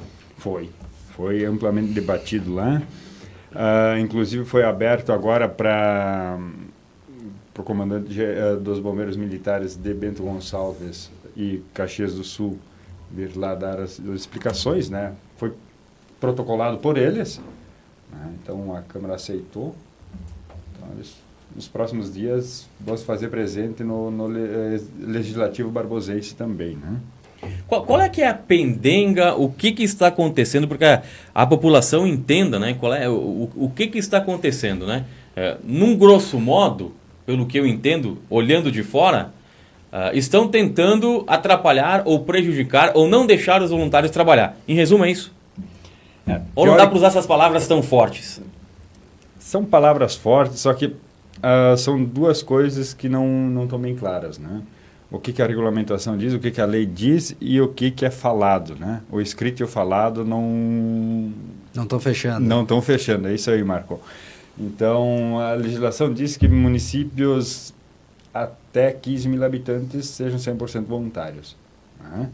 [SPEAKER 9] Foi amplamente debatido lá. Inclusive foi aberto agora para o comandante dos bombeiros militares de Bento Gonçalves e Caxias do Sul vir lá dar as explicações, né? Foi protocolado por eles, né? Então a Câmara aceitou. Então, nos próximos dias vamos fazer presente no Legislativo Barbosense também, né? Qual é que é a pendenga, o que está acontecendo, porque a população entenda, né, qual é o que está acontecendo, né? Num grosso modo, pelo que eu entendo, olhando de fora, estão tentando atrapalhar ou prejudicar ou não deixar os voluntários trabalhar. Em resumo, é isso? Ou não dá para usar essas palavras tão fortes? São palavras fortes, só que são duas coisas que não estão bem claras, né? O que a regulamentação diz, o que a lei diz e o que é falado, né? O escrito e o falado não estão fechando. Não estão fechando, é isso aí, Marco. Então, a legislação diz que municípios até 15 mil habitantes sejam 100% voluntários, né?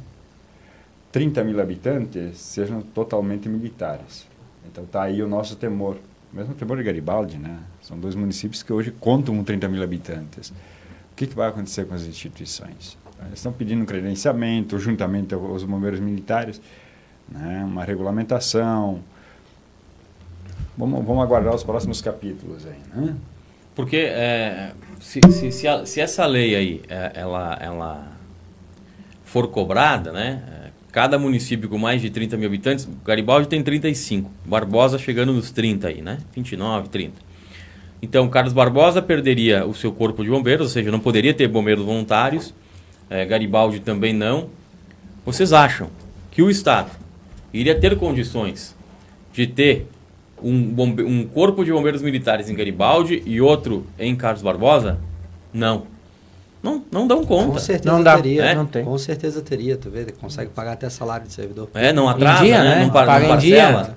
[SPEAKER 9] 30 mil habitantes sejam totalmente militares. Então, está aí o nosso temor. O mesmo temor de Garibaldi, né? São 2 municípios que hoje contam com 30 mil habitantes. O que vai acontecer com as instituições? Eles estão pedindo um credenciamento, juntamente aos bombeiros militares, né? Uma regulamentação. Vamos aguardar os próximos capítulos aí, né? Porque se essa lei aí ela for cobrada, né? Cada município com mais de 30 mil habitantes, Garibaldi tem 35, Barbosa chegando nos 30 aí, né? 29, 30. Então, Carlos Barbosa perderia o seu corpo de bombeiros, ou seja, não poderia ter bombeiros voluntários, Garibaldi também não. Vocês acham que o Estado iria ter condições de ter um corpo de bombeiros militares em Garibaldi e outro em Carlos Barbosa? Não. Não dão conta. Com certeza não teria. Não tem. Com certeza teria, tu vê, consegue pagar até salário de servidor. Não atrasa, dia, né? Não paga em dia.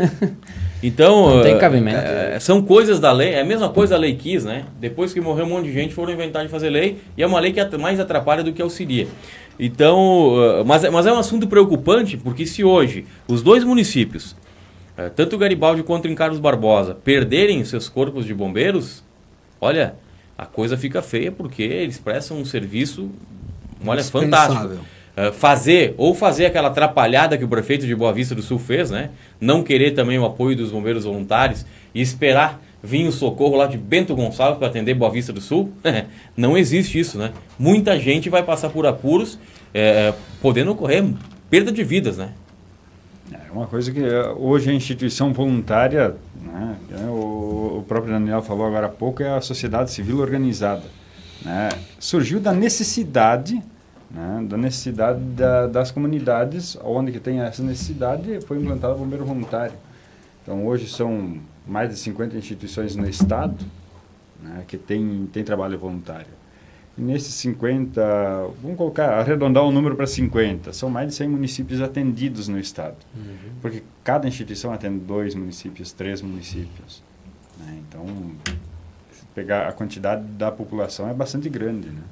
[SPEAKER 9] Então, não tem cabimento. São coisas da lei, é a mesma coisa da Lei Kiss, né? Depois que morreu um monte de gente, foram inventar de fazer lei, e é uma lei que mais atrapalha do que auxilia. Então, mas é um assunto preocupante, porque se hoje os 2 municípios, tanto Garibaldi quanto em Carlos Barbosa, perderem seus corpos de bombeiros, olha, a coisa fica feia, porque eles prestam um serviço, olha, fantástico. Fazer aquela atrapalhada que o prefeito de Boa Vista do Sul fez, né? Não querer também o apoio dos bombeiros voluntários e esperar vir o socorro lá de Bento Gonçalves para atender Boa Vista do Sul. Não existe isso, né? Muita gente vai passar por apuros, podendo ocorrer perda de vidas, né? É uma coisa que hoje a instituição voluntária, né? O próprio Daniel falou agora há pouco, é a sociedade civil organizada, né? Surgiu da necessidade... né, da necessidade das comunidades, onde que tem essa necessidade, foi implantado o bombeiro voluntário. Então, hoje são mais de 50 instituições no estado, né, que tem trabalho voluntário. E nesses 50, vamos arredondar o número para 50, são mais de 100 municípios atendidos no estado. Porque cada instituição atende 2 municípios, 3 municípios. Né, então, se pegar a quantidade da população é bastante grande, né?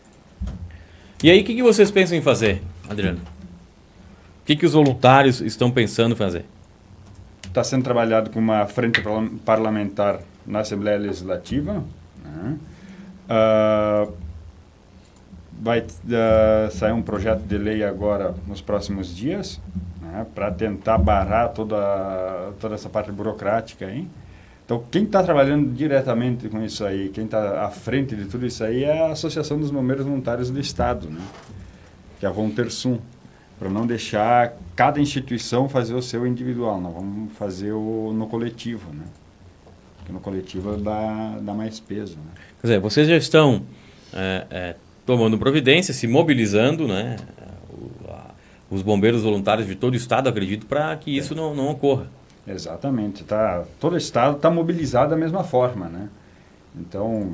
[SPEAKER 9] E aí, o que vocês pensam em fazer, Adriano? O que os voluntários estão pensando em fazer? Está sendo trabalhado com uma frente parlamentar na Assembleia Legislativa, né? Vai sair um projeto de lei agora nos próximos dias, né, para tentar barrar toda essa parte burocrática aí. Então, quem está trabalhando diretamente com isso aí, quem está à frente de tudo isso aí é a Associação dos Bombeiros Voluntários do Estado, né? Que é a Voluntersum, para não deixar cada instituição fazer o seu individual, nós vamos fazer no coletivo, né? Porque no coletivo dá mais peso, né? Quer dizer, vocês já estão tomando providência, se mobilizando, né? Os bombeiros voluntários de todo o Estado, acredito, para que isso não ocorra. Exatamente. Todo o Estado está mobilizado da mesma forma, né?
[SPEAKER 10] Então,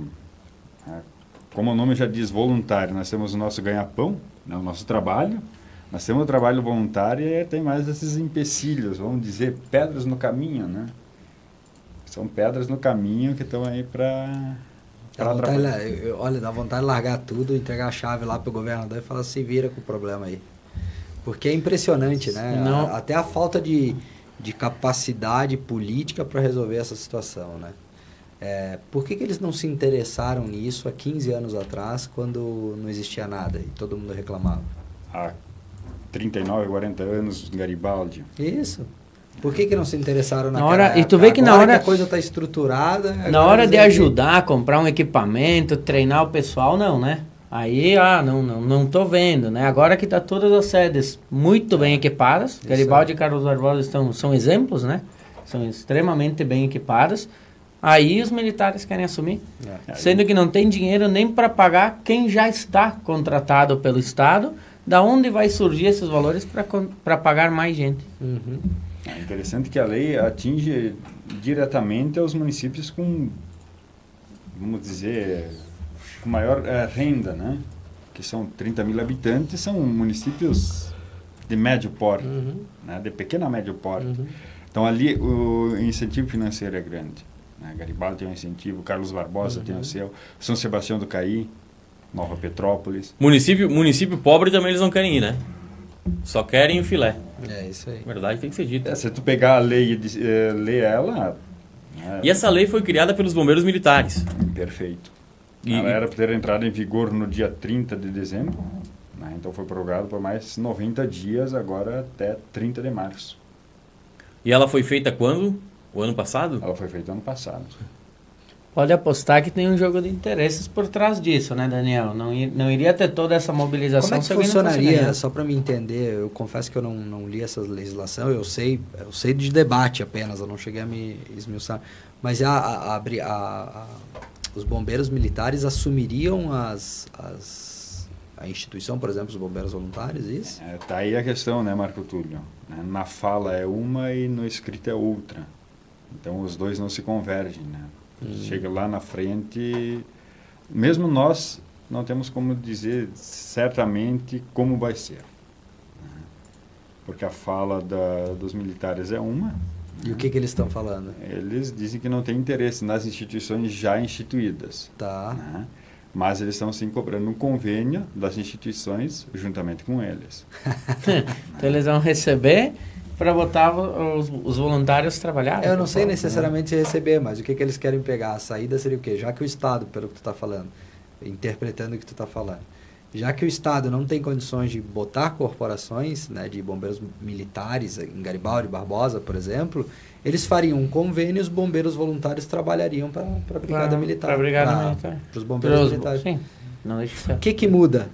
[SPEAKER 10] como o nome já diz, voluntário, nós temos o nosso ganha-pão, né, o nosso trabalho, nós temos o trabalho voluntário e tem mais esses empecilhos, vamos dizer, pedras no caminho, né? São pedras no caminho que estão aí para trabalhar.
[SPEAKER 4] Olha, dá vontade de largar tudo, entregar a chave lá para o governador e falar, se vira com o problema aí. Porque é impressionante, né? Até a falta de capacidade política para resolver essa situação, né? Por que eles não se interessaram nisso há 15 anos atrás, quando não existia nada e todo mundo reclamava?
[SPEAKER 10] Há 39, 40 anos, Garibaldi.
[SPEAKER 4] Isso. Por que não se interessaram
[SPEAKER 3] na hora? E tu vê que na hora
[SPEAKER 4] que a coisa está estruturada...
[SPEAKER 3] Na hora de ajudar a comprar um equipamento, treinar o pessoal, não, né? Aí, não tô vendo, né? Agora que tá todas as sedes muito bem equipadas, Garibaldi e Carlos Barbosa são exemplos, né? São extremamente bem equipadas. Aí os militares querem assumir, sendo que não tem dinheiro nem para pagar quem já está contratado pelo Estado. Da onde vai surgir esses valores para pagar mais gente?
[SPEAKER 4] Uhum.
[SPEAKER 10] É interessante que a lei atinge diretamente os municípios com, vamos dizer, com maior renda, né? Que são 30 mil habitantes, são municípios de médio porte, né? De pequeno a médio porte. Então ali o incentivo financeiro é grande. Né? Garibaldi tem um incentivo, Carlos Barbosa tem o seu, São Sebastião do Caí, Nova Petrópolis.
[SPEAKER 2] Município pobre também eles não querem ir, né? Só querem o filé.
[SPEAKER 4] É isso aí.
[SPEAKER 2] Verdade, tem que ser dito.
[SPEAKER 10] Se tu pegar a lei e ler ela...
[SPEAKER 2] E essa lei foi criada pelos bombeiros militares.
[SPEAKER 10] Perfeito. Ela era para ter entrado em vigor no dia 30 de dezembro, né? Então foi prorrogado por mais 90 dias, agora até 30 de março.
[SPEAKER 2] E ela foi feita quando? O ano passado?
[SPEAKER 10] Ela foi feita ano passado.
[SPEAKER 3] Pode apostar que tem um jogo de interesses por trás disso, né, Daniel? Não iria ter toda essa mobilização.
[SPEAKER 4] Como é que funcionaria, só para me entender, eu confesso que eu não li essa legislação, eu sei de debate apenas, eu não cheguei a me esmiuçar, mas os bombeiros militares assumiriam a instituição, por exemplo, os bombeiros voluntários, isso?
[SPEAKER 10] Tá aí a questão, né, Marco Túlio? Na fala é uma e no escrito é outra. Então os dois não se convergem, né? Chega lá na frente, mesmo nós não temos como dizer certamente como vai ser, né? Porque a fala dos militares é uma.
[SPEAKER 4] E o que eles estão falando?
[SPEAKER 10] Eles dizem que não tem interesse nas instituições já instituídas.
[SPEAKER 4] Tá.
[SPEAKER 10] Né? Mas eles estão sim cobrando um convênio das instituições juntamente com eles.
[SPEAKER 3] Então eles vão receber para botar os voluntários trabalhar?
[SPEAKER 4] Eu não sei necessariamente se receber, mas o que eles querem pegar? A saída seria o quê? Já que o Estado, pelo que tu está falando, interpretando o que tu está falando, já que o Estado não tem condições de botar corporações, né, de bombeiros militares, em Garibaldi, Barbosa, por exemplo, eles fariam um convênio e os bombeiros voluntários trabalhariam para a Brigada Militar.
[SPEAKER 3] Para a Brigada Militar.
[SPEAKER 4] Para os bombeiros militares.
[SPEAKER 3] Sim. Não deixa de ser.
[SPEAKER 4] O que muda?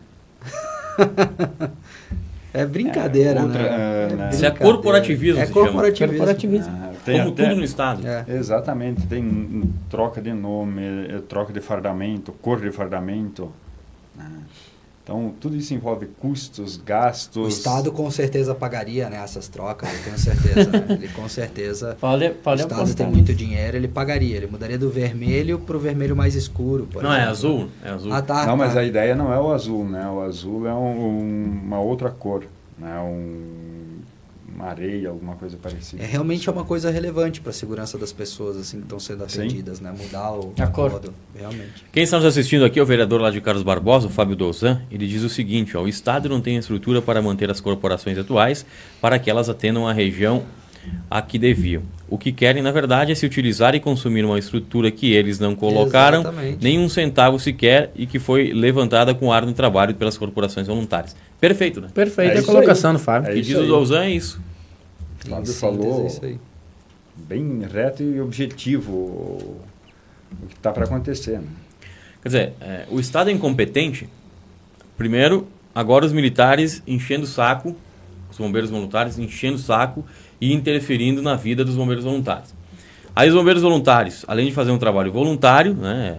[SPEAKER 4] É brincadeira, né?
[SPEAKER 2] Isso é corporativismo.
[SPEAKER 4] É corporativismo.
[SPEAKER 2] Como tudo no Estado.
[SPEAKER 10] Exatamente. Tem troca de nome, troca de fardamento, cor de fardamento. Então, tudo isso envolve custos, gastos.
[SPEAKER 4] O Estado com certeza pagaria, né, essas trocas, eu tenho certeza. Né? Ele com certeza, o Estado tem muito dinheiro, ele pagaria. Ele mudaria do vermelho para o vermelho mais escuro. Por exemplo.
[SPEAKER 2] É azul. É azul.
[SPEAKER 10] Não, mas a ideia não é o azul, né? O azul é uma outra cor, né? Uma areia, alguma coisa parecida.
[SPEAKER 4] Realmente é uma coisa relevante para a segurança das pessoas assim, que estão sendo atendidas, né? Mudar a cor. Realmente.
[SPEAKER 2] Quem está nos assistindo aqui é o vereador lá de Carlos Barbosa, o Fábio Douzan. Ele diz o seguinte, o Estado não tem estrutura para manter as corporações atuais para que elas atendam a região a que deviam. O que querem, na verdade, é se utilizar e consumir uma estrutura que eles não colocaram nem um centavo sequer e que foi levantada com árduo trabalho pelas corporações voluntárias. Perfeito, né?
[SPEAKER 3] Perfeita a colocação do Fábio.
[SPEAKER 2] O que diz o Douzan é isso.
[SPEAKER 10] O Fábio falou bem reto e objetivo o que está para acontecer. Né?
[SPEAKER 2] Quer dizer, o Estado é incompetente. Primeiro, agora os militares enchendo o saco, os bombeiros voluntários enchendo o saco e interferindo na vida dos bombeiros voluntários. Aí os bombeiros voluntários, além de fazer um trabalho voluntário, né,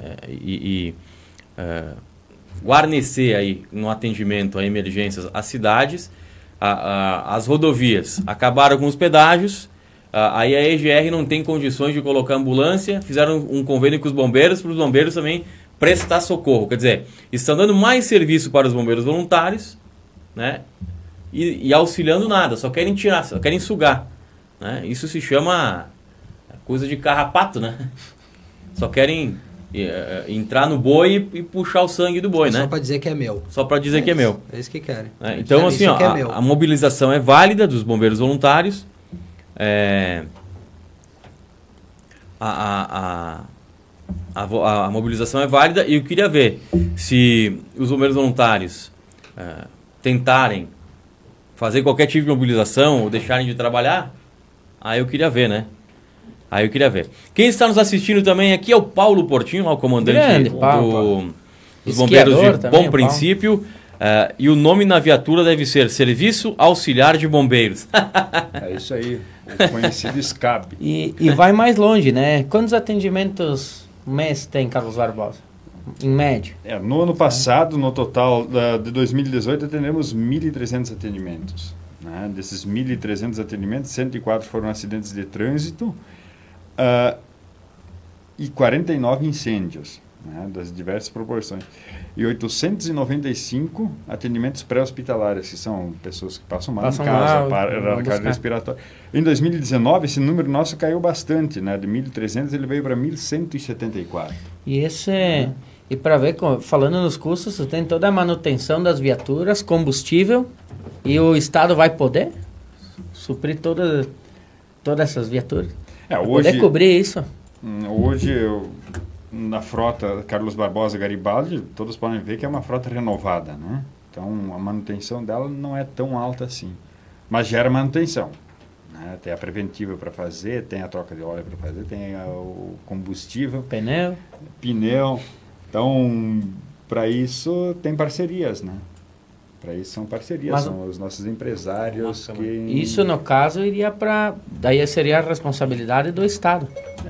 [SPEAKER 2] guarnecer aí no atendimento a emergências às cidades, as rodovias acabaram com os pedágios, aí a EGR não tem condições de colocar ambulância, fizeram um convênio com os bombeiros, para os bombeiros também prestar socorro. Quer dizer, estão dando mais serviço para os bombeiros voluntários, né? E auxiliando nada, só querem tirar, só querem sugar, né? Isso se chama coisa de carrapato, né? Só querem entrar no boi e puxar o sangue do boi, né?
[SPEAKER 4] Só para dizer que é meu.
[SPEAKER 2] Só para dizer que é meu.
[SPEAKER 4] É isso que querem.
[SPEAKER 2] Então, assim, ó, a mobilização é válida dos bombeiros voluntários. A mobilização é válida e eu queria ver se os bombeiros voluntários tentarem fazer qualquer tipo de mobilização ou deixarem de trabalhar, aí eu queria ver, né? Aí eu queria ver. Quem está nos assistindo também aqui é o Paulo Portinho, o comandante dos bombeiros de Bom Princípio. E o nome na viatura deve ser Serviço Auxiliar de Bombeiros.
[SPEAKER 10] É isso aí, o conhecido SCAB.
[SPEAKER 3] E vai mais longe, né? Quantos atendimentos mês tem, Carlos Barbosa? Em média?
[SPEAKER 10] No ano passado, no total de 2018, atendemos 1.300 atendimentos. Né? Desses 1.300 atendimentos, 104 foram acidentes de trânsito e 49 incêndios, né? Das diversas proporções. E 895 atendimentos pré-hospitalares, que são pessoas que passam mal em casa, carga respiratória. Em 2019, esse número nosso caiu bastante, né? De 1.300 ele veio para 1.174.
[SPEAKER 3] E para ver, falando nos custos, você tem toda a manutenção das viaturas, combustível, e o Estado vai poder suprir todas essas viaturas? Poder cobrir isso?
[SPEAKER 10] Hoje, na frota Carlos Barbosa e Garibaldi, todos podem ver que é uma frota renovada, né? Então, a manutenção dela não é tão alta assim. Mas gera manutenção, né? Tem a preventiva para fazer, tem a troca de óleo para fazer, tem o combustível. Pneu. Então, para isso, tem parcerias, né? Para isso são parcerias, são os nossos empresários que...
[SPEAKER 3] Isso, no caso, iria para... Daí seria a responsabilidade do Estado.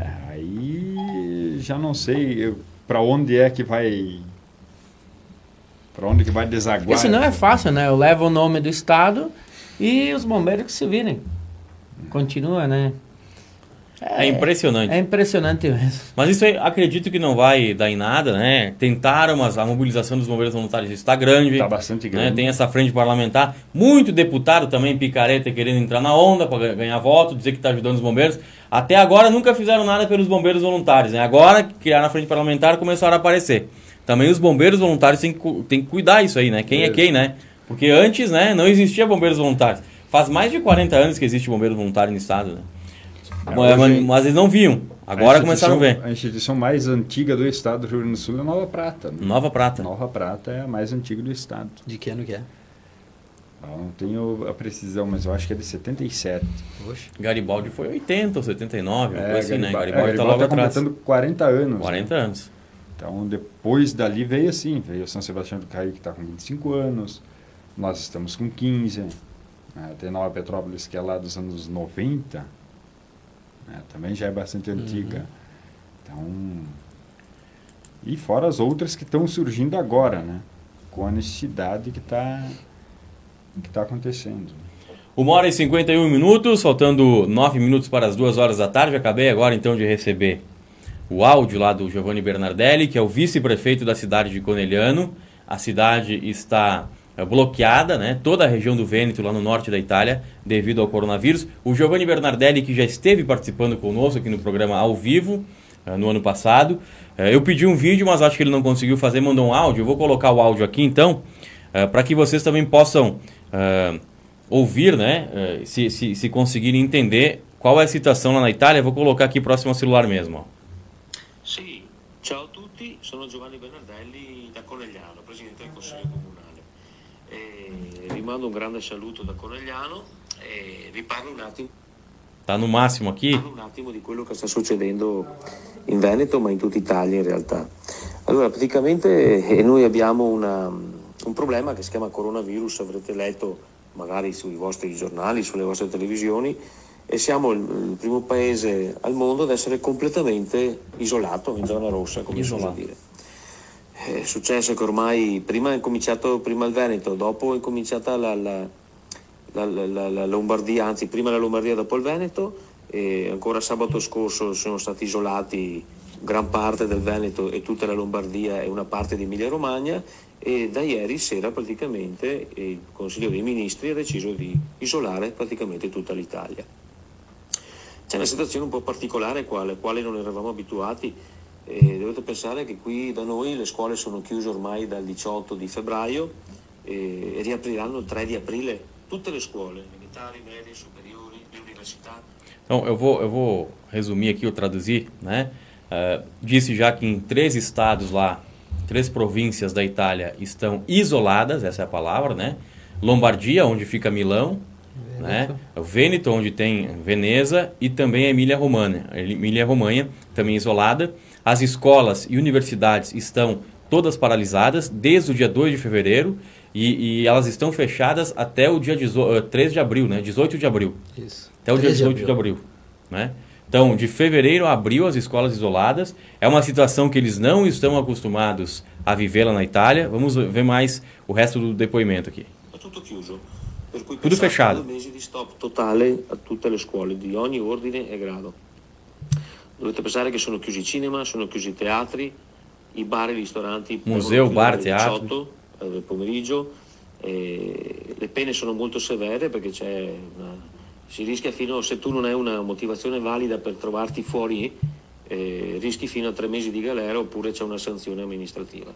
[SPEAKER 10] Aí já não sei para onde é que vai... Para onde que vai desaguar.
[SPEAKER 3] Porque senão é fácil, né? Eu levo o nome do Estado e os bombeiros que se virem. Continua, né?
[SPEAKER 2] É impressionante.
[SPEAKER 3] É impressionante mesmo.
[SPEAKER 2] Mas isso aí, acredito que não vai dar em nada, né? Tentaram, mas a mobilização dos bombeiros voluntários está grande.
[SPEAKER 10] Está bastante grande.
[SPEAKER 2] Né? Tem essa frente parlamentar. Muito deputado também, picareta, querendo entrar na onda para ganhar voto, dizer que está ajudando os bombeiros. Até agora nunca fizeram nada pelos bombeiros voluntários, né? Agora que criaram a frente parlamentar, começaram a aparecer. Também os bombeiros voluntários têm que cuidar isso aí, né? Quem é quem, né? Porque antes, né, não existia bombeiros voluntários. Faz mais de 40 anos que existe bombeiro voluntário no estado, né? Mas eles não viam. Agora começaram a ver.
[SPEAKER 10] A instituição mais antiga do estado do Rio Grande do Sul é Nova Prata. Né?
[SPEAKER 2] Nova Prata.
[SPEAKER 10] Nova Prata é a mais antiga do estado.
[SPEAKER 4] De que ano que é?
[SPEAKER 10] Eu não tenho a precisão, mas eu acho que é de 77.
[SPEAKER 4] Oxe.
[SPEAKER 2] Garibaldi foi 80 ou 79, coisa assim, né?
[SPEAKER 10] Garibaldi está logo atrás. Completando 40 anos.
[SPEAKER 2] 40 anos.
[SPEAKER 10] Então, depois dali veio assim, veio São Sebastião do Caí, que está com 25 anos, nós estamos com 15, tem Nova Petrópolis, que é lá dos anos 90, também já é bastante antiga. Então, e fora as outras que estão surgindo agora, né? Com a necessidade que está acontecendo.
[SPEAKER 2] 1h51, faltando 9 minutos para as 2 horas da tarde. Acabei agora então de receber o áudio lá do Giovanni Bernardelli, que é o vice-prefeito da cidade de Conegliano. A cidade está bloqueada, né? Toda a região do Vêneto, lá no norte da Itália, devido ao coronavírus. O Giovanni Bernardelli, que já esteve participando conosco aqui no programa ao vivo, no ano passado. Eu pedi um vídeo, mas acho que ele não conseguiu fazer, mandou um áudio. Eu vou colocar o áudio aqui, então, para que vocês também possam ouvir, né? Se conseguirem entender qual é a situação lá na Itália. Vou colocar aqui próximo ao celular mesmo, ó.
[SPEAKER 11] Sì, ciao a tutti, sono Giovanni Bernardelli da Conegliano, presidente del Consiglio Comunale. Vi mando un grande saluto da Conegliano e vi parlo un attimo.
[SPEAKER 2] Tá no máximo aqui.
[SPEAKER 11] Un attimo di quello che sta succedendo in Veneto, ma in tutta Italia in realtà. Allora, praticamente noi abbiamo un problema che si chiama coronavirus, avrete letto magari sui vostri giornali, sulle vostre televisioni, e siamo il primo paese al mondo ad essere completamente isolato, in zona rossa, come si usa dire. È successo che ormai prima è cominciato il Veneto, dopo è cominciata la Lombardia, anzi prima la Lombardia, dopo il Veneto, Ancora sabato scorso sono stati isolati gran parte del Veneto e tutta la Lombardia e una parte di Emilia Romagna, e da ieri sera praticamente il Consiglio dei Ministri ha deciso di isolare praticamente tutta l'Italia. C'è una situazione un po' particolare alla quale non eravamo abituati. Dovete pensare che qui da noi le scuole sono chiuse ormai dal 18 di febbraio e riapriranno il 3 di aprile tutte le scuole, elementari, medie, superiori, università.
[SPEAKER 9] Então, eu vou resumir aqui, eu traduzir, né? Disse já que em 3 estados lá, 3 províncias da Itália estão isoladas, essa é a palavra, né? Lombardia, onde fica Milão, né? O Vêneto, onde tem Veneza, e também a Emília-Romanha, também isolada. As escolas e universidades estão todas paralisadas desde o dia 2 de fevereiro e elas estão fechadas até o dia 3 de abril, né? 18 de abril.
[SPEAKER 4] Isso.
[SPEAKER 9] Até o dia 18 de abril, né? Então, de fevereiro a abril, as escolas isoladas. É uma situação que eles não estão acostumados a viver lá na Itália. Vamos ver mais o resto do depoimento aqui. Tudo fechado.
[SPEAKER 11] 2 mesi di stop totale a tutte le scuole di ogni ordine e grado. Dovete pensare che sono chiusi i cinema, sono chiusi i teatri, i bar e i ristoranti.
[SPEAKER 9] Museo, bar, teatro.
[SPEAKER 11] 18 del pomeriggio. Le pene sono molto severe perché si rischia se tu non hai una motivazione valida per trovarti fuori, rischi fino a 3 mesi di galera oppure c'è una sanzione amministrativa.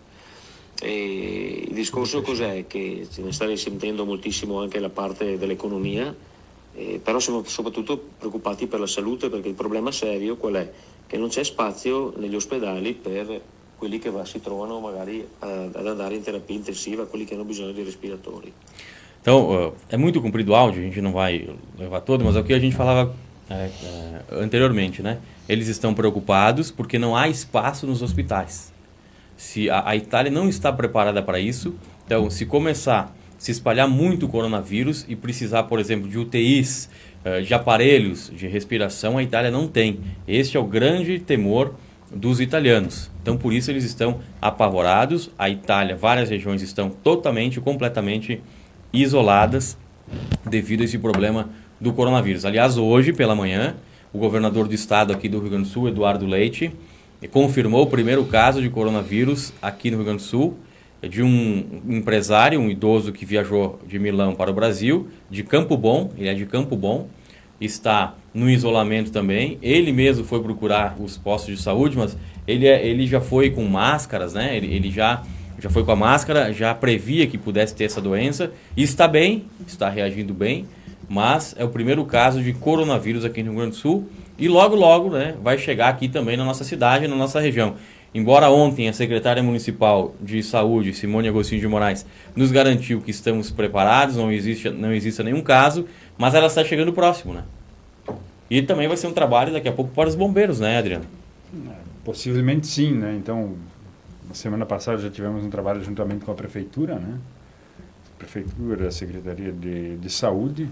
[SPEAKER 11] Il discorso cos'è? Che se ne sta risentendo moltissimo anche la parte dell'economia, però siamo soprattutto preoccupati per la salute, perché il problema serio qual è? Che non c'è spazio negli ospedali per quelli che si trovano magari ad andare in terapia intensiva, quelli che hanno bisogno di respiratori.
[SPEAKER 9] Então, é muito comprido o áudio, a gente não vai levar todo, mas é o que a gente falava anteriormente, né? Eles estão preocupados porque não há espaço nos hospitais. Se a Itália não está preparada para isso, então se começar a se espalhar muito o coronavírus e precisar, por exemplo, de UTIs, de aparelhos de respiração, a Itália não tem. Este é o grande temor dos italianos. Então, por isso eles estão apavorados. A Itália, várias regiões estão totalmente, completamente isoladas devido a esse problema do coronavírus. Aliás, hoje pela manhã, o governador do estado aqui do Rio Grande do Sul, Eduardo Leite, confirmou o primeiro caso de coronavírus aqui no Rio Grande do Sul, de um empresário, um idoso que viajou de Milão para o Brasil, de Campo Bom, ele é de Campo Bom, está no isolamento também. Ele mesmo foi procurar os postos de saúde, mas ele já foi com máscaras, né? Ele já foi com a máscara, já previa que pudesse ter essa doença, e está bem, está reagindo bem, mas é o primeiro caso de coronavírus aqui no Rio Grande do Sul, e logo, né, vai chegar aqui também na nossa cidade, na nossa região. Embora ontem a secretária municipal de saúde, Simone Agostinho de Moraes, nos garantiu que estamos preparados, não existe nenhum caso, mas ela está chegando próximo, né? E também vai ser um trabalho daqui a pouco para os bombeiros, né, Adriano?
[SPEAKER 10] Possivelmente sim, né? Então, na semana passada já tivemos um trabalho juntamente com a prefeitura, né? A prefeitura, a Secretaria de Saúde,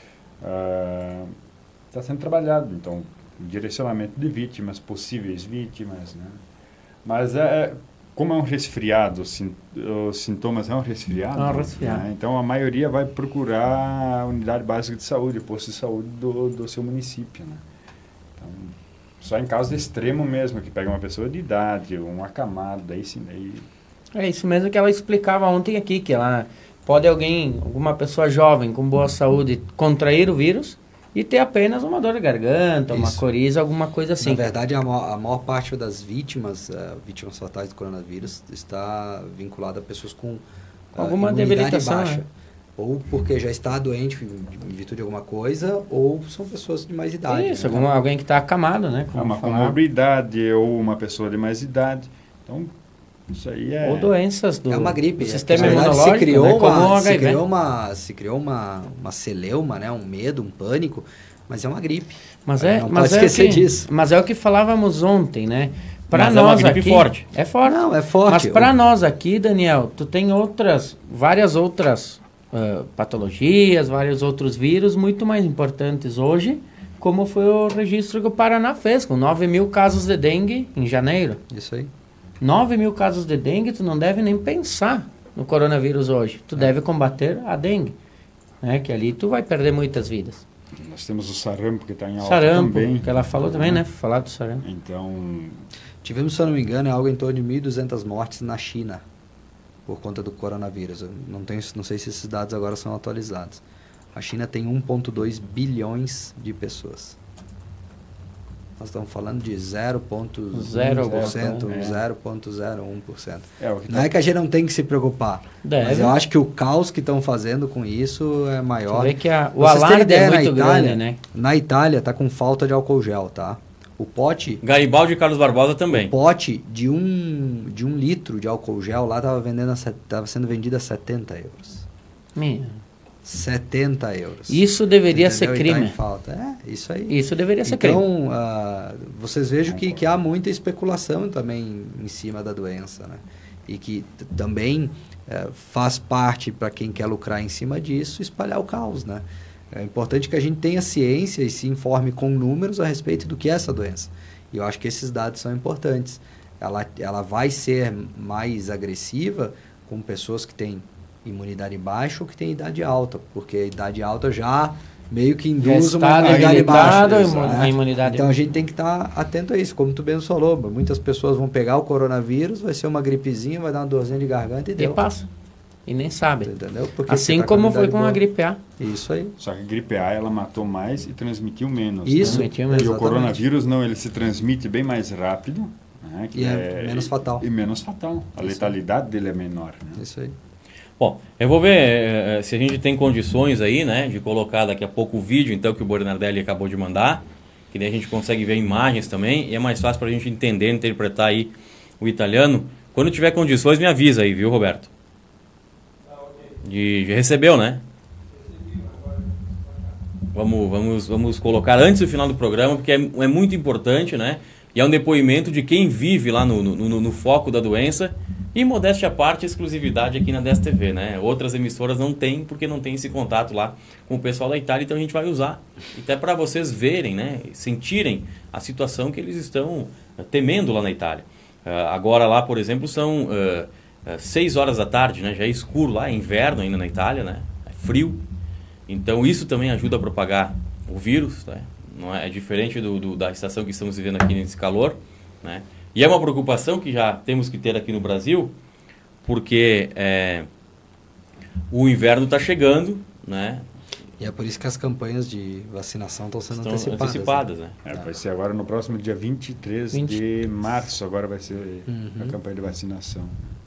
[SPEAKER 10] está sendo trabalhado, então, direcionamento de vítimas, possíveis vítimas, né? Mas como é um resfriado, os sintomas é um resfriado, né? Então a maioria vai procurar a unidade básica de saúde, posto de saúde do seu município, né? Então, só em caso de extremo mesmo, que pega uma pessoa de idade, um acamado, daí sim, daí...
[SPEAKER 3] É isso mesmo que ela explicava ontem aqui, que ela pode alguma pessoa jovem com boa saúde contrair o vírus e ter apenas uma dor de garganta, uma coriza, alguma coisa assim.
[SPEAKER 4] Na verdade, a maior parte das vítimas fatais do coronavírus está vinculada a pessoas com
[SPEAKER 3] alguma debilitação baixa. Né?
[SPEAKER 4] Ou porque já está doente em virtude de alguma coisa, ou são pessoas de mais idade.
[SPEAKER 3] Isso, né? Alguém que está acamado, né?
[SPEAKER 10] Uma comorbidade ou uma pessoa de mais idade. Então, isso aí
[SPEAKER 3] ou doenças do
[SPEAKER 4] uma gripe,
[SPEAKER 3] sistema imunológico,
[SPEAKER 4] se criou uma celeuma, né, um medo, um pânico, mas é uma gripe.
[SPEAKER 3] Não pode esquecer disso. Mas é o que falávamos ontem, né? Para nós
[SPEAKER 9] é uma gripe forte.
[SPEAKER 3] É forte.
[SPEAKER 4] Não, é forte.
[SPEAKER 3] Mas para nós aqui, Daniel, tu tem várias outras patologias, vários outros vírus muito mais importantes hoje, como foi o registro que o Paraná fez, com 9 mil casos de dengue em janeiro.
[SPEAKER 4] Isso aí.
[SPEAKER 3] 9 mil casos de dengue, tu não deve nem pensar no coronavírus hoje. Tu deve combater a dengue, né? Que ali tu vai perder muitas vidas.
[SPEAKER 10] Nós temos o sarampo que está em alta
[SPEAKER 3] Sarampo,
[SPEAKER 10] também.
[SPEAKER 3] que ela falou também, né? Falar do sarampo.
[SPEAKER 10] Então,
[SPEAKER 4] tivemos, se eu não me engano, algo em torno de 1.200 mortes na China por conta do coronavírus. Eu não sei se esses dados agora são atualizados. A China tem 1,2 bilhões de pessoas. Nós estamos falando de 0,01%, 0,01%. Não é que a gente não tem que se preocupar, mas eu acho que o caos que estão fazendo com isso é maior.
[SPEAKER 3] Você vê que o alarde é muito grande, né?
[SPEAKER 4] Na Itália está com falta de álcool gel, tá? O pote...
[SPEAKER 2] Garibaldi e Carlos Barbosa também.
[SPEAKER 4] O pote de um litro de álcool gel lá estava sendo vendido a 70 euros. 70 euros.
[SPEAKER 3] Isso deveria ser crime.
[SPEAKER 4] Falta. Isso aí.
[SPEAKER 3] Isso deveria ser crime.
[SPEAKER 4] Então, vocês vejam que há muita especulação também em cima da doença, né? E que também faz parte, para quem quer lucrar em cima disso, espalhar o caos, né? É importante que a gente tenha ciência e se informe com números a respeito do que é essa doença. E eu acho que esses dados são importantes. Ela vai ser mais agressiva com pessoas que têm imunidade baixa ou que têm idade alta, porque a idade alta já meio que induz uma imunidade baixa. Então a gente tem que estar atento a isso, como tu mesmo falou, muitas pessoas vão pegar o coronavírus, vai ser uma gripezinha, vai dar uma dorzinha de garganta e deu.
[SPEAKER 3] E passa. E nem sabe.
[SPEAKER 4] Entendeu?
[SPEAKER 3] Assim como foi com a gripe A.
[SPEAKER 4] Isso aí.
[SPEAKER 10] Só que a gripe A ela matou mais e transmitiu menos.
[SPEAKER 4] Isso.
[SPEAKER 10] Né? E o coronavírus não, ele se transmite bem mais rápido. Né?
[SPEAKER 4] E é menos fatal.
[SPEAKER 10] E menos fatal. A letalidade dele é menor. Né?
[SPEAKER 4] Isso aí.
[SPEAKER 2] Bom, eu vou ver se a gente tem condições aí, né, de colocar daqui a pouco o vídeo, então, que o Bernardelli acabou de mandar, que daí a gente consegue ver imagens também, e é mais fácil para a gente entender, interpretar aí o italiano. Quando tiver condições, me avisa aí, viu, Roberto? Recebeu, né? Vamos colocar antes do final do programa, porque é muito importante, né? E é um depoimento de quem vive lá no foco da doença. E, modéstia à parte, exclusividade aqui na 10 TV, né? Outras emissoras não tem, porque não tem esse contato lá com o pessoal da Itália, então a gente vai usar. Até para vocês verem, né? Sentirem a situação que eles estão temendo lá na Itália. Agora lá, por exemplo, são 6 horas da tarde, né? Já é escuro lá, é inverno ainda na Itália, né? É frio. Então isso também ajuda a propagar o vírus, né? Não é diferente da estação que estamos vivendo aqui nesse calor, né? E é uma preocupação que já temos que ter aqui no Brasil, porque o inverno está chegando, né?
[SPEAKER 4] E é por isso que as campanhas de vacinação estão sendo antecipadas,
[SPEAKER 2] né?
[SPEAKER 10] Vai ser agora no próximo dia 23 de março, agora vai ser a campanha de vacinação.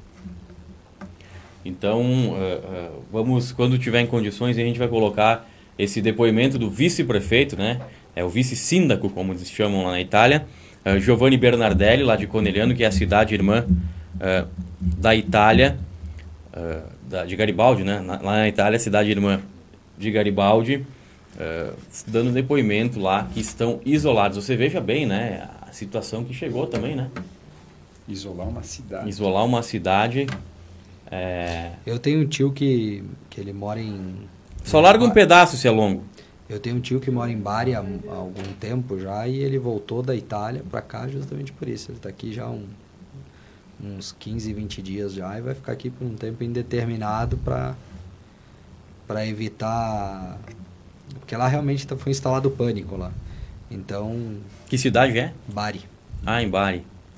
[SPEAKER 2] Então, vamos, quando tiver em condições, a gente vai colocar esse depoimento do vice-prefeito, né? É o vice-síndaco, como eles chamam lá na Itália, Giovanni Bernardelli, lá de Conegliano, que é a cidade irmã da Itália, de Garibaldi, né? Lá na Itália, a cidade irmã de Garibaldi, dando depoimento lá, que estão isolados. Você veja bem, né? A situação que chegou também, né?
[SPEAKER 10] Isolar uma cidade.
[SPEAKER 2] Isolar uma cidade.
[SPEAKER 4] Eu tenho um tio que ele mora em...
[SPEAKER 2] Só larga um pedaço se é longo.
[SPEAKER 4] Eu tenho um tio que mora em Bari há algum tempo já, e ele voltou da Itália para cá justamente por isso. Ele está aqui já uns 15, 20 dias já, e vai ficar aqui por um tempo indeterminado para evitar... Porque lá realmente foi instalado pânico lá. Então...
[SPEAKER 2] Que cidade é?
[SPEAKER 4] Bari.
[SPEAKER 2] Ah, em Bari.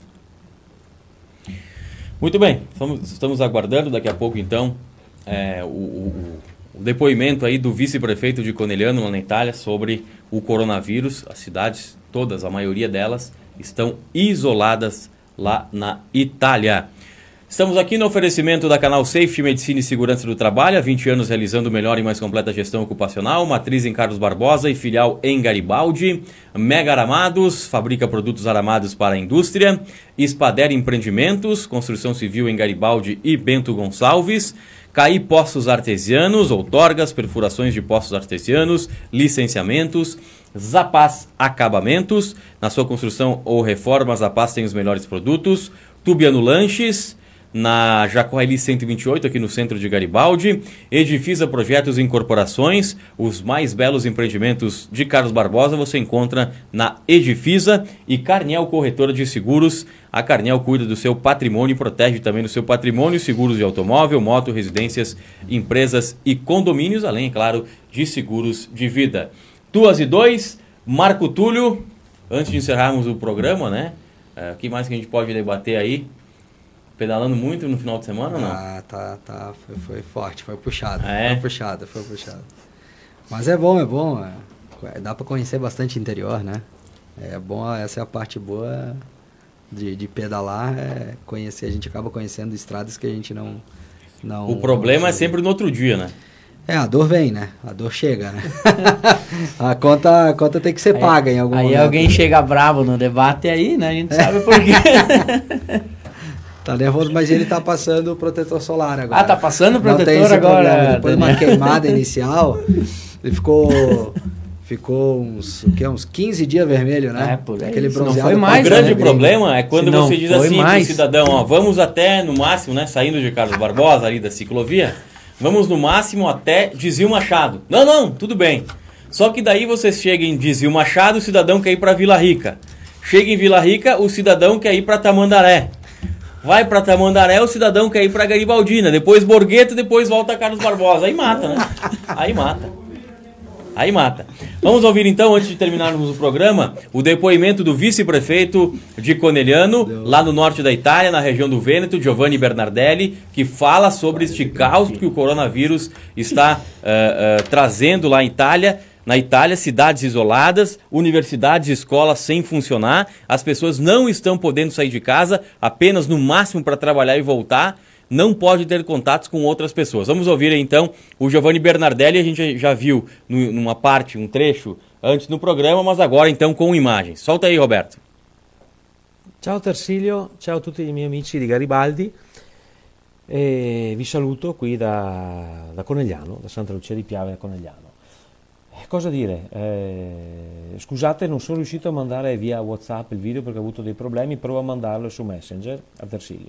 [SPEAKER 2] Muito bem, estamos aguardando daqui a pouco então o depoimento aí do vice-prefeito de Conegliano, lá na Itália, sobre o coronavírus. As cidades todas, a maioria delas, estão isoladas lá na Itália. Estamos aqui no oferecimento da Canal Safety, Medicina e Segurança do Trabalho, há 20 anos realizando melhor e mais completa gestão ocupacional, matriz em Carlos Barbosa e filial em Garibaldi. Mega Aramados, fabrica produtos aramados para a indústria. Espader Empreendimentos, construção civil em Garibaldi e Bento Gonçalves. CAI Poços Artesianos, outorgas, perfurações de poços artesianos, licenciamentos. Zapaz Acabamentos, na sua construção ou reforma, Zapaz tem os melhores produtos. Tubiano Lanches, na Jacoaeli 128, aqui no centro de Garibaldi. Edifisa Projetos e Incorporações, os mais belos empreendimentos de Carlos Barbosa você encontra na Edifisa. E Carniel Corretora de Seguros, a Carniel cuida do seu patrimônio e protege também do seu patrimônio, seguros de automóvel, moto, residências, empresas e condomínios, além, é claro, de seguros de vida. 2:02. Marco Túlio, antes de encerrarmos o programa, né? O que mais que a gente pode debater aí? Pedalando muito no final de semana ou não?
[SPEAKER 4] Tá. Foi forte, foi puxado. Foi puxado. Mas é bom. Dá para conhecer bastante interior, né? É bom, essa é a parte boa de pedalar, conhecer. A gente acaba conhecendo estradas que a gente não
[SPEAKER 2] o problema é sempre no outro dia, né?
[SPEAKER 4] A dor vem, né? A dor chega, né? a conta tem que ser paga em algum momento.
[SPEAKER 3] Aí alguém chega bravo no debate aí, né? A gente sabe por quê.
[SPEAKER 4] Tá nervoso, mas ele tá passando o protetor solar agora.
[SPEAKER 3] Tá passando o protetor agora.
[SPEAKER 4] Problema. Depois de uma queimada inicial, ele ficou uns 15 dias vermelho, né?
[SPEAKER 3] Por aí.
[SPEAKER 4] Aquele bronzeado.
[SPEAKER 3] Não foi mais,
[SPEAKER 2] o grande problema é quando você diz assim pro cidadão, ó, vamos até, no máximo, né, saindo de Carlos Barbosa, ali da ciclovia, vamos no máximo até Desvio Machado. Não, tudo bem. Só que daí você chega em Desvio Machado, o cidadão quer ir para Vila Rica. Chega em Vila Rica, o cidadão quer ir para Tamandaré. Vai para Tamandaré, o cidadão quer ir para Garibaldina. Depois Borgueto, depois volta a Carlos Barbosa. Aí mata, né? Aí mata. Vamos ouvir então, antes de terminarmos o programa, o depoimento do vice-prefeito de Conegliano, lá no norte da Itália, na região do Vêneto, Giovanni Bernardelli, que fala sobre este caos que o coronavírus está trazendo lá em Itália. Na Itália, cidades isoladas, universidades e escolas sem funcionar, as pessoas não estão podendo sair de casa, apenas no máximo para trabalhar e voltar, não pode ter contatos com outras pessoas. Vamos ouvir então o Giovanni Bernardelli, a gente já viu numa parte, um trecho antes no programa, mas agora então com imagens. Solta aí, Roberto.
[SPEAKER 12] Ciao Tersilio, ciao a tutti i miei amici di Garibaldi, vi saluto qui da Conegliano, da Santa Lucia di Piave a Conegliano. Cosa dire? Scusate, non sono riuscito a mandare via WhatsApp il video perché ho avuto dei problemi, provo a mandarlo su Messenger a Tersilio.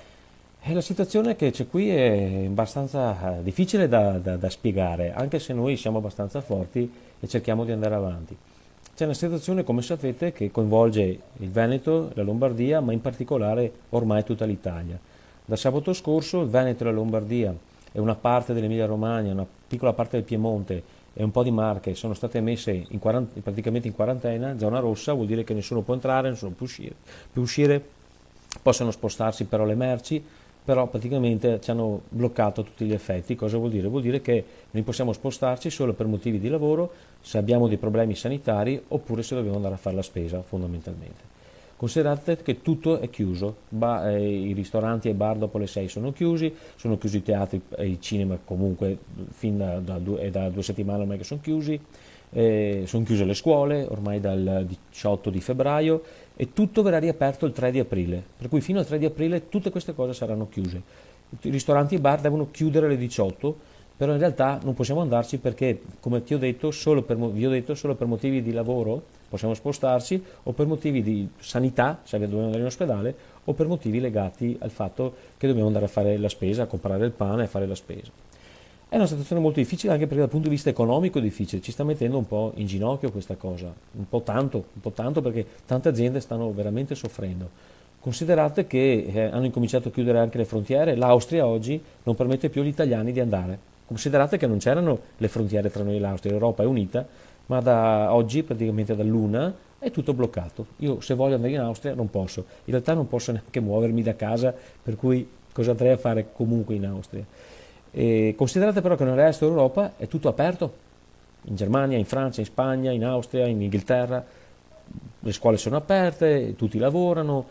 [SPEAKER 12] La situazione che c'è qui è abbastanza difficile da spiegare, anche se noi siamo abbastanza forti e cerchiamo di andare avanti. C'è una situazione, come sapete, che coinvolge il Veneto, la Lombardia, ma in particolare ormai tutta l'Italia. Da sabato scorso il Veneto e la Lombardia e una parte dell'Emilia-Romagna, una piccola parte del Piemonte e un po' di Marche sono state messe praticamente in quarantena, zona rossa, vuol dire che nessuno può entrare, nessuno può uscire, possono spostarsi però le merci, però praticamente ci hanno bloccato a tutti gli effetti. Cosa vuol dire? Vuol dire che noi possiamo spostarci solo per motivi di lavoro, se abbiamo dei problemi sanitari oppure se dobbiamo andare a fare la spesa fondamentalmente. Considerate che tutto è chiuso, i ristoranti e i bar dopo le 6 sono chiusi i teatri e i cinema comunque fin da 2 settimane ormai che sono chiusi, sono chiuse le scuole ormai dal 18 di febbraio e tutto verrà riaperto il 3 di aprile, per cui fino al 3 di aprile tutte queste cose saranno chiuse. I ristoranti e i bar devono chiudere alle 18, però in realtà non possiamo andarci perché, come vi ho detto, solo per motivi di lavoro possiamo spostarci o per motivi di sanità, se dobbiamo andare in ospedale, o per motivi legati al fatto che dobbiamo andare a fare la spesa, a comprare il pane e fare la spesa. È una situazione molto difficile anche perché dal punto di vista economico è difficile, ci sta mettendo un po' in ginocchio questa cosa, un po' tanto perché tante aziende stanno veramente soffrendo. Considerate che hanno incominciato a chiudere anche le frontiere, l'Austria oggi non permette più agli italiani di andare. Considerate che non c'erano le frontiere tra noi e l'Austria, l'Europa è unita, ma da oggi, praticamente dall'una, è tutto bloccato. Io se voglio andare in Austria non posso, in realtà non posso neanche muovermi da casa, per cui cosa andrei a fare comunque in Austria. Considerate però che nel resto d'Europa è tutto aperto, in Germania, in Francia, in Spagna, in Austria, in Inghilterra, le scuole sono aperte, tutti lavorano,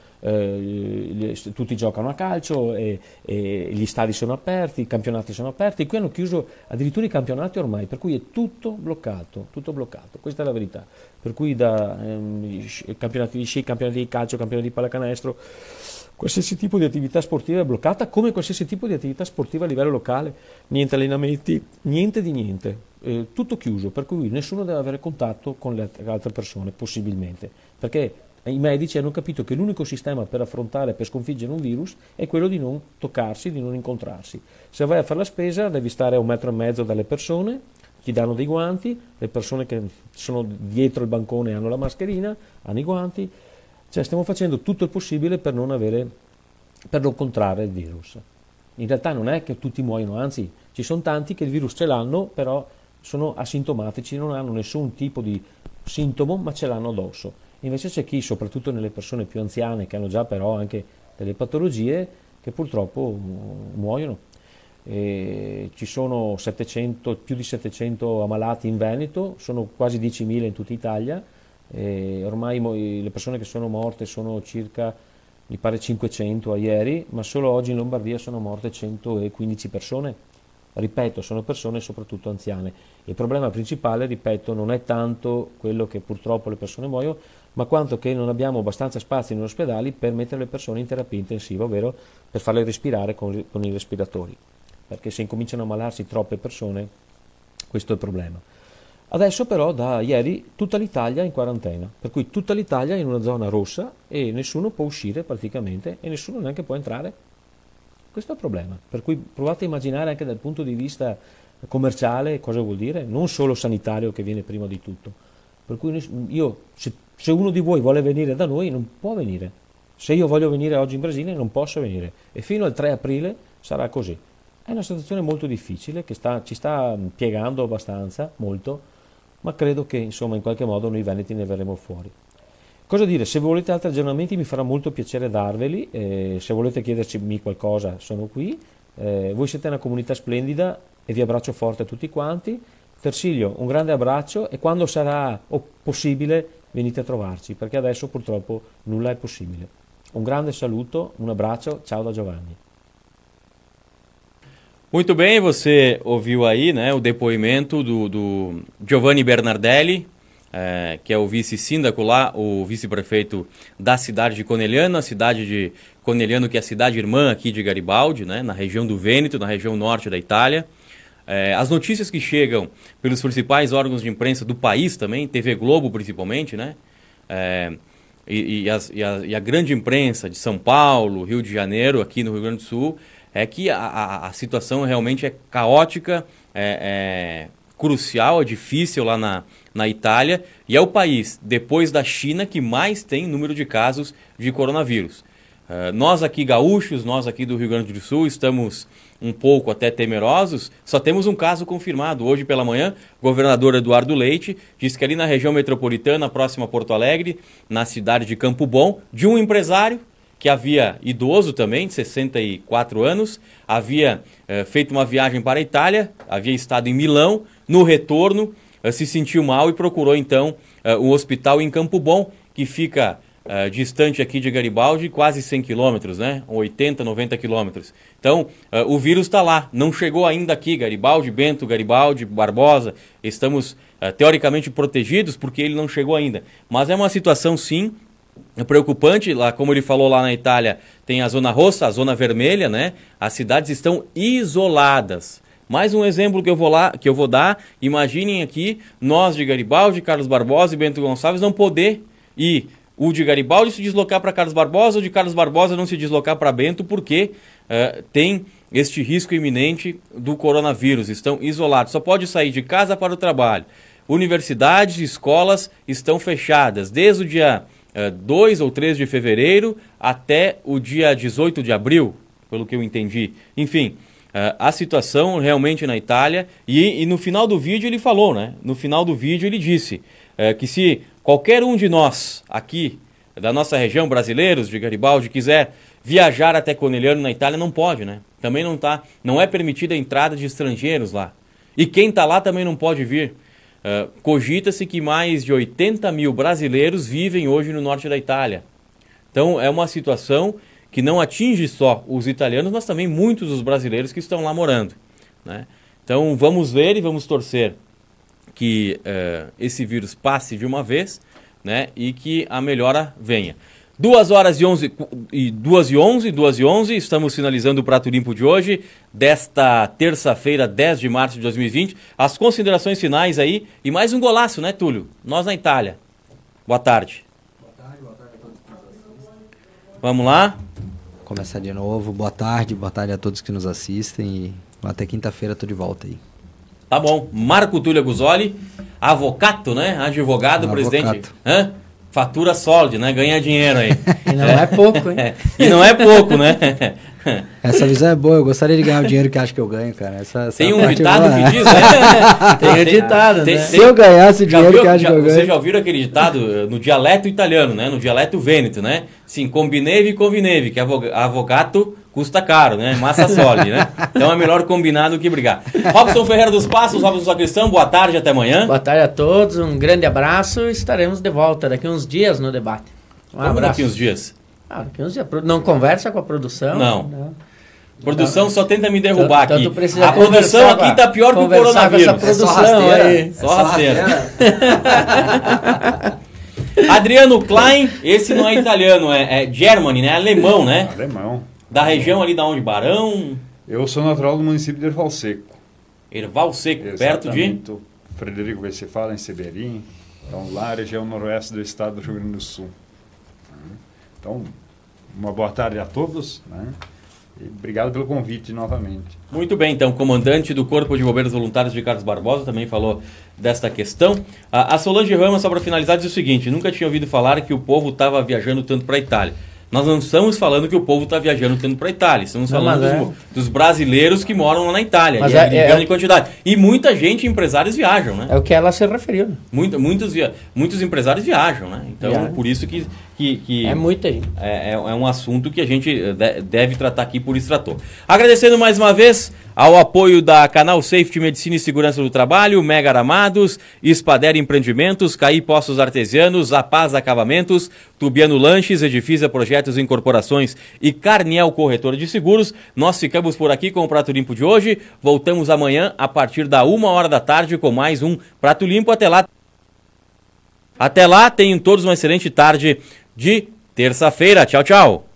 [SPEAKER 12] tutti giocano a calcio, gli stadi sono aperti, i campionati sono aperti, qui hanno chiuso addirittura i campionati ormai, per cui è tutto bloccato, questa è la verità, per cui da campionati di sci, campionati di calcio, campionati di pallacanestro, qualsiasi tipo di attività sportiva è bloccata, come qualsiasi tipo di attività sportiva a livello locale, niente allenamenti, niente di niente. Tutto chiuso, per cui nessuno deve avere contatto con le altre persone, possibilmente, perché i medici hanno capito che l'unico sistema per affrontare, per sconfiggere un virus è quello di non toccarsi, di non incontrarsi. Se vai a fare la spesa devi stare a 1,5 metri dalle persone, ti danno dei guanti, le persone che sono dietro il bancone hanno la mascherina, hanno i guanti, cioè stiamo facendo tutto il possibile per non contrarre il virus. In realtà non è che tutti muoiono, anzi ci sono tanti che il virus ce l'hanno, però sono asintomatici, non hanno nessun tipo di sintomo, ma ce l'hanno addosso. Invece c'è chi, soprattutto nelle persone più anziane, che hanno già però anche delle patologie, che purtroppo muoiono. Ci sono più di 700 ammalati in Veneto, sono quasi 10.000 in tutta Italia, ormai le persone che sono morte sono circa, mi pare 500 a ieri, ma solo oggi in Lombardia sono morte 115 persone. Ripeto, sono persone soprattutto anziane. Il problema principale, ripeto, non è tanto quello che purtroppo le persone muoiono, ma quanto che non abbiamo abbastanza spazi negli ospedali per mettere le persone in terapia intensiva, ovvero per farle respirare con i respiratori. Perché se incominciano a ammalarsi troppe persone, questo è il problema. Adesso però da ieri tutta l'Italia è in quarantena, per cui tutta l'Italia è in una zona rossa e nessuno può uscire praticamente e nessuno neanche può entrare. Questo è il problema, per cui provate a immaginare anche dal punto di vista commerciale cosa vuol dire, non solo sanitario che viene prima di tutto. Per cui se uno di voi vuole venire da noi non può venire, se io voglio venire oggi in Brasile non posso venire e fino al 3 aprile sarà così. È una situazione molto difficile che ci sta piegando abbastanza, molto, ma credo che insomma in qualche modo noi veneti ne verremo fuori. Cosa dire? Se volete altri aggiornamenti mi farà molto piacere darveli, se volete chiederci qualcosa sono qui, voi siete una comunità splendida e vi abbraccio forte a tutti quanti. Tersilio, un grande abbraccio e quando sarà possibile venite a trovarci, perché adesso purtroppo nulla è possibile. Un grande saluto, un abbraccio, ciao da Giovanni.
[SPEAKER 2] Muito bem, você ouviu aí, né, o depoimento do Giovanni Bernardelli, que é o vice-síndaco lá, o vice-prefeito da cidade de Conegliano, a cidade de Conegliano, que é a cidade irmã aqui de Garibaldi, né, na região do Vêneto, na região norte da Itália. As notícias que chegam pelos principais órgãos de imprensa do país também, TV Globo principalmente, né, e a grande imprensa de São Paulo, Rio de Janeiro, aqui no Rio Grande do Sul, é que a situação realmente é caótica, crucial, é difícil lá na Itália, e é o país, depois da China, que mais tem número de casos de coronavírus. Nós aqui gaúchos, nós aqui do Rio Grande do Sul, estamos um pouco até temerosos, só temos um caso confirmado. Hoje pela manhã, o governador Eduardo Leite disse que ali na região metropolitana, próxima a Porto Alegre, na cidade de Campo Bom, de um empresário que havia idoso também, de 64 anos, havia feito uma viagem para a Itália, havia estado em Milão, no retorno se sentiu mal e procurou então um hospital em Campo Bom, que fica distante aqui de Garibaldi, quase 100 quilômetros, né? 80, 90 quilômetros. Então, o vírus está lá, não chegou ainda aqui, Garibaldi, Bento, Garibaldi, Barbosa, estamos teoricamente protegidos porque ele não chegou ainda. Mas é uma situação, sim, preocupante. Lá, como ele falou, lá na Itália tem a zona roxa, a zona vermelha, né? As cidades estão isoladas. Mais um exemplo que eu vou dar, imaginem aqui, nós de Garibaldi, Carlos Barbosa e Bento Gonçalves não poder ir, o de Garibaldi se deslocar para Carlos Barbosa, o de Carlos Barbosa não se deslocar para Bento, porque tem este risco iminente do coronavírus, estão isolados, só pode sair de casa para o trabalho. Universidades e escolas estão fechadas, desde o dia 2 ou 3 de fevereiro até o dia 18 de abril, pelo que eu entendi. Enfim, a situação realmente na Itália, e no final do vídeo ele falou, né? No final do vídeo ele disse que se qualquer um de nós aqui, da nossa região, brasileiros de Garibaldi, quiser viajar até Conegliano na Itália, não pode, né? Também não é permitida a entrada de estrangeiros lá. E quem está lá também não pode vir. Cogita-se que mais de 80 mil brasileiros vivem hoje no norte da Itália. Então é uma situação que não atinge só os italianos, mas também muitos dos brasileiros que estão lá morando, né? Então vamos ver e vamos torcer que esse vírus passe de uma vez, né, e que a melhora venha. 2h11, estamos finalizando o Prato Limpo de hoje, desta terça-feira, 10 de março de 2020. As considerações finais aí, e mais um golaço, né, Túlio? Nós na Itália. Boa tarde.
[SPEAKER 4] Boa tarde a todos que nos assistem.
[SPEAKER 2] Vamos lá?
[SPEAKER 4] Começar de novo. Boa tarde a todos que nos assistem e até quinta-feira estou de volta aí.
[SPEAKER 2] Tá bom. Marco Túlio Guzoli, avocato, né? Advogado, presidente.
[SPEAKER 9] fatura sólido, né? Ganha dinheiro aí.
[SPEAKER 3] E não é pouco, hein?
[SPEAKER 9] E não é pouco, né?
[SPEAKER 4] Essa visão é boa, eu gostaria de ganhar o dinheiro que acho que eu ganho, cara.
[SPEAKER 9] Tem um ditado que diz,
[SPEAKER 3] né? Tem o ditado, né?
[SPEAKER 4] Se eu ganhasse o dinheiro que acho que eu ganho...
[SPEAKER 9] Vocês já ouviram aquele ditado no dialeto italiano, né? No dialeto vêneto, né? Sim, combinevi, convinevi, que avogato custa caro, né? Massa sólida, né? Então é melhor combinar do que brigar. Robson Ferreira dos Passos, Robson Sacristão, boa tarde, até amanhã.
[SPEAKER 3] Boa tarde a todos, um grande abraço e estaremos de volta daqui uns dias no debate.
[SPEAKER 9] Como daqui uns dias?
[SPEAKER 3] Daqui uns dias. Não conversa com a produção?
[SPEAKER 9] Não. Produção só tenta me derrubar aqui.
[SPEAKER 3] A
[SPEAKER 9] produção aqui tá pior que o coronavírus.
[SPEAKER 3] Com essa produção aí.
[SPEAKER 9] Só rasteira. Adriano Klein, esse não é italiano, é Germany, né? Alemão, né?
[SPEAKER 10] Alemão.
[SPEAKER 9] Da região ali da onde? Barão?
[SPEAKER 10] Eu sou natural do município de Erval Seco.
[SPEAKER 9] Erval Seco, perto de?
[SPEAKER 10] Frederico Westphalen, em Severim. Então, lá a região noroeste do estado do Rio Grande do Sul. Então, uma boa tarde a todos, né? E obrigado pelo convite novamente.
[SPEAKER 9] Muito bem, então, comandante do Corpo de Bombeiros Voluntários de Carlos Barbosa também falou desta questão. A Solange Ramos, só para finalizar, diz o seguinte: nunca tinha ouvido falar que o povo estava viajando tanto para a Itália. Nós não estamos falando que o povo está viajando tanto para a Itália, estamos falando dos brasileiros que moram lá na Itália,
[SPEAKER 3] mas
[SPEAKER 9] em grande quantidade. E muita gente, empresários viajam, né?
[SPEAKER 3] É o que ela se referiu. Né?
[SPEAKER 9] Muitos empresários viajam, né? Então, por isso que
[SPEAKER 3] é muita gente.
[SPEAKER 9] É um assunto que a gente deve tratar aqui, por isso tratou. Agradecendo mais uma vez ao apoio da Canal Safety Medicina e Segurança do Trabalho, Mega Aramados, Espader Empreendimentos, CAI Poços Artesianos, A Paz Acabamentos, Tubiano Lanches, Edifícia Projetos e Incorporações e Carniel Corretora de Seguros. Nós ficamos por aqui com o Prato Limpo de hoje. Voltamos amanhã a partir da 1h da tarde com mais um Prato Limpo. Até lá, tenham todos uma excelente tarde de terça-feira. Tchau, tchau.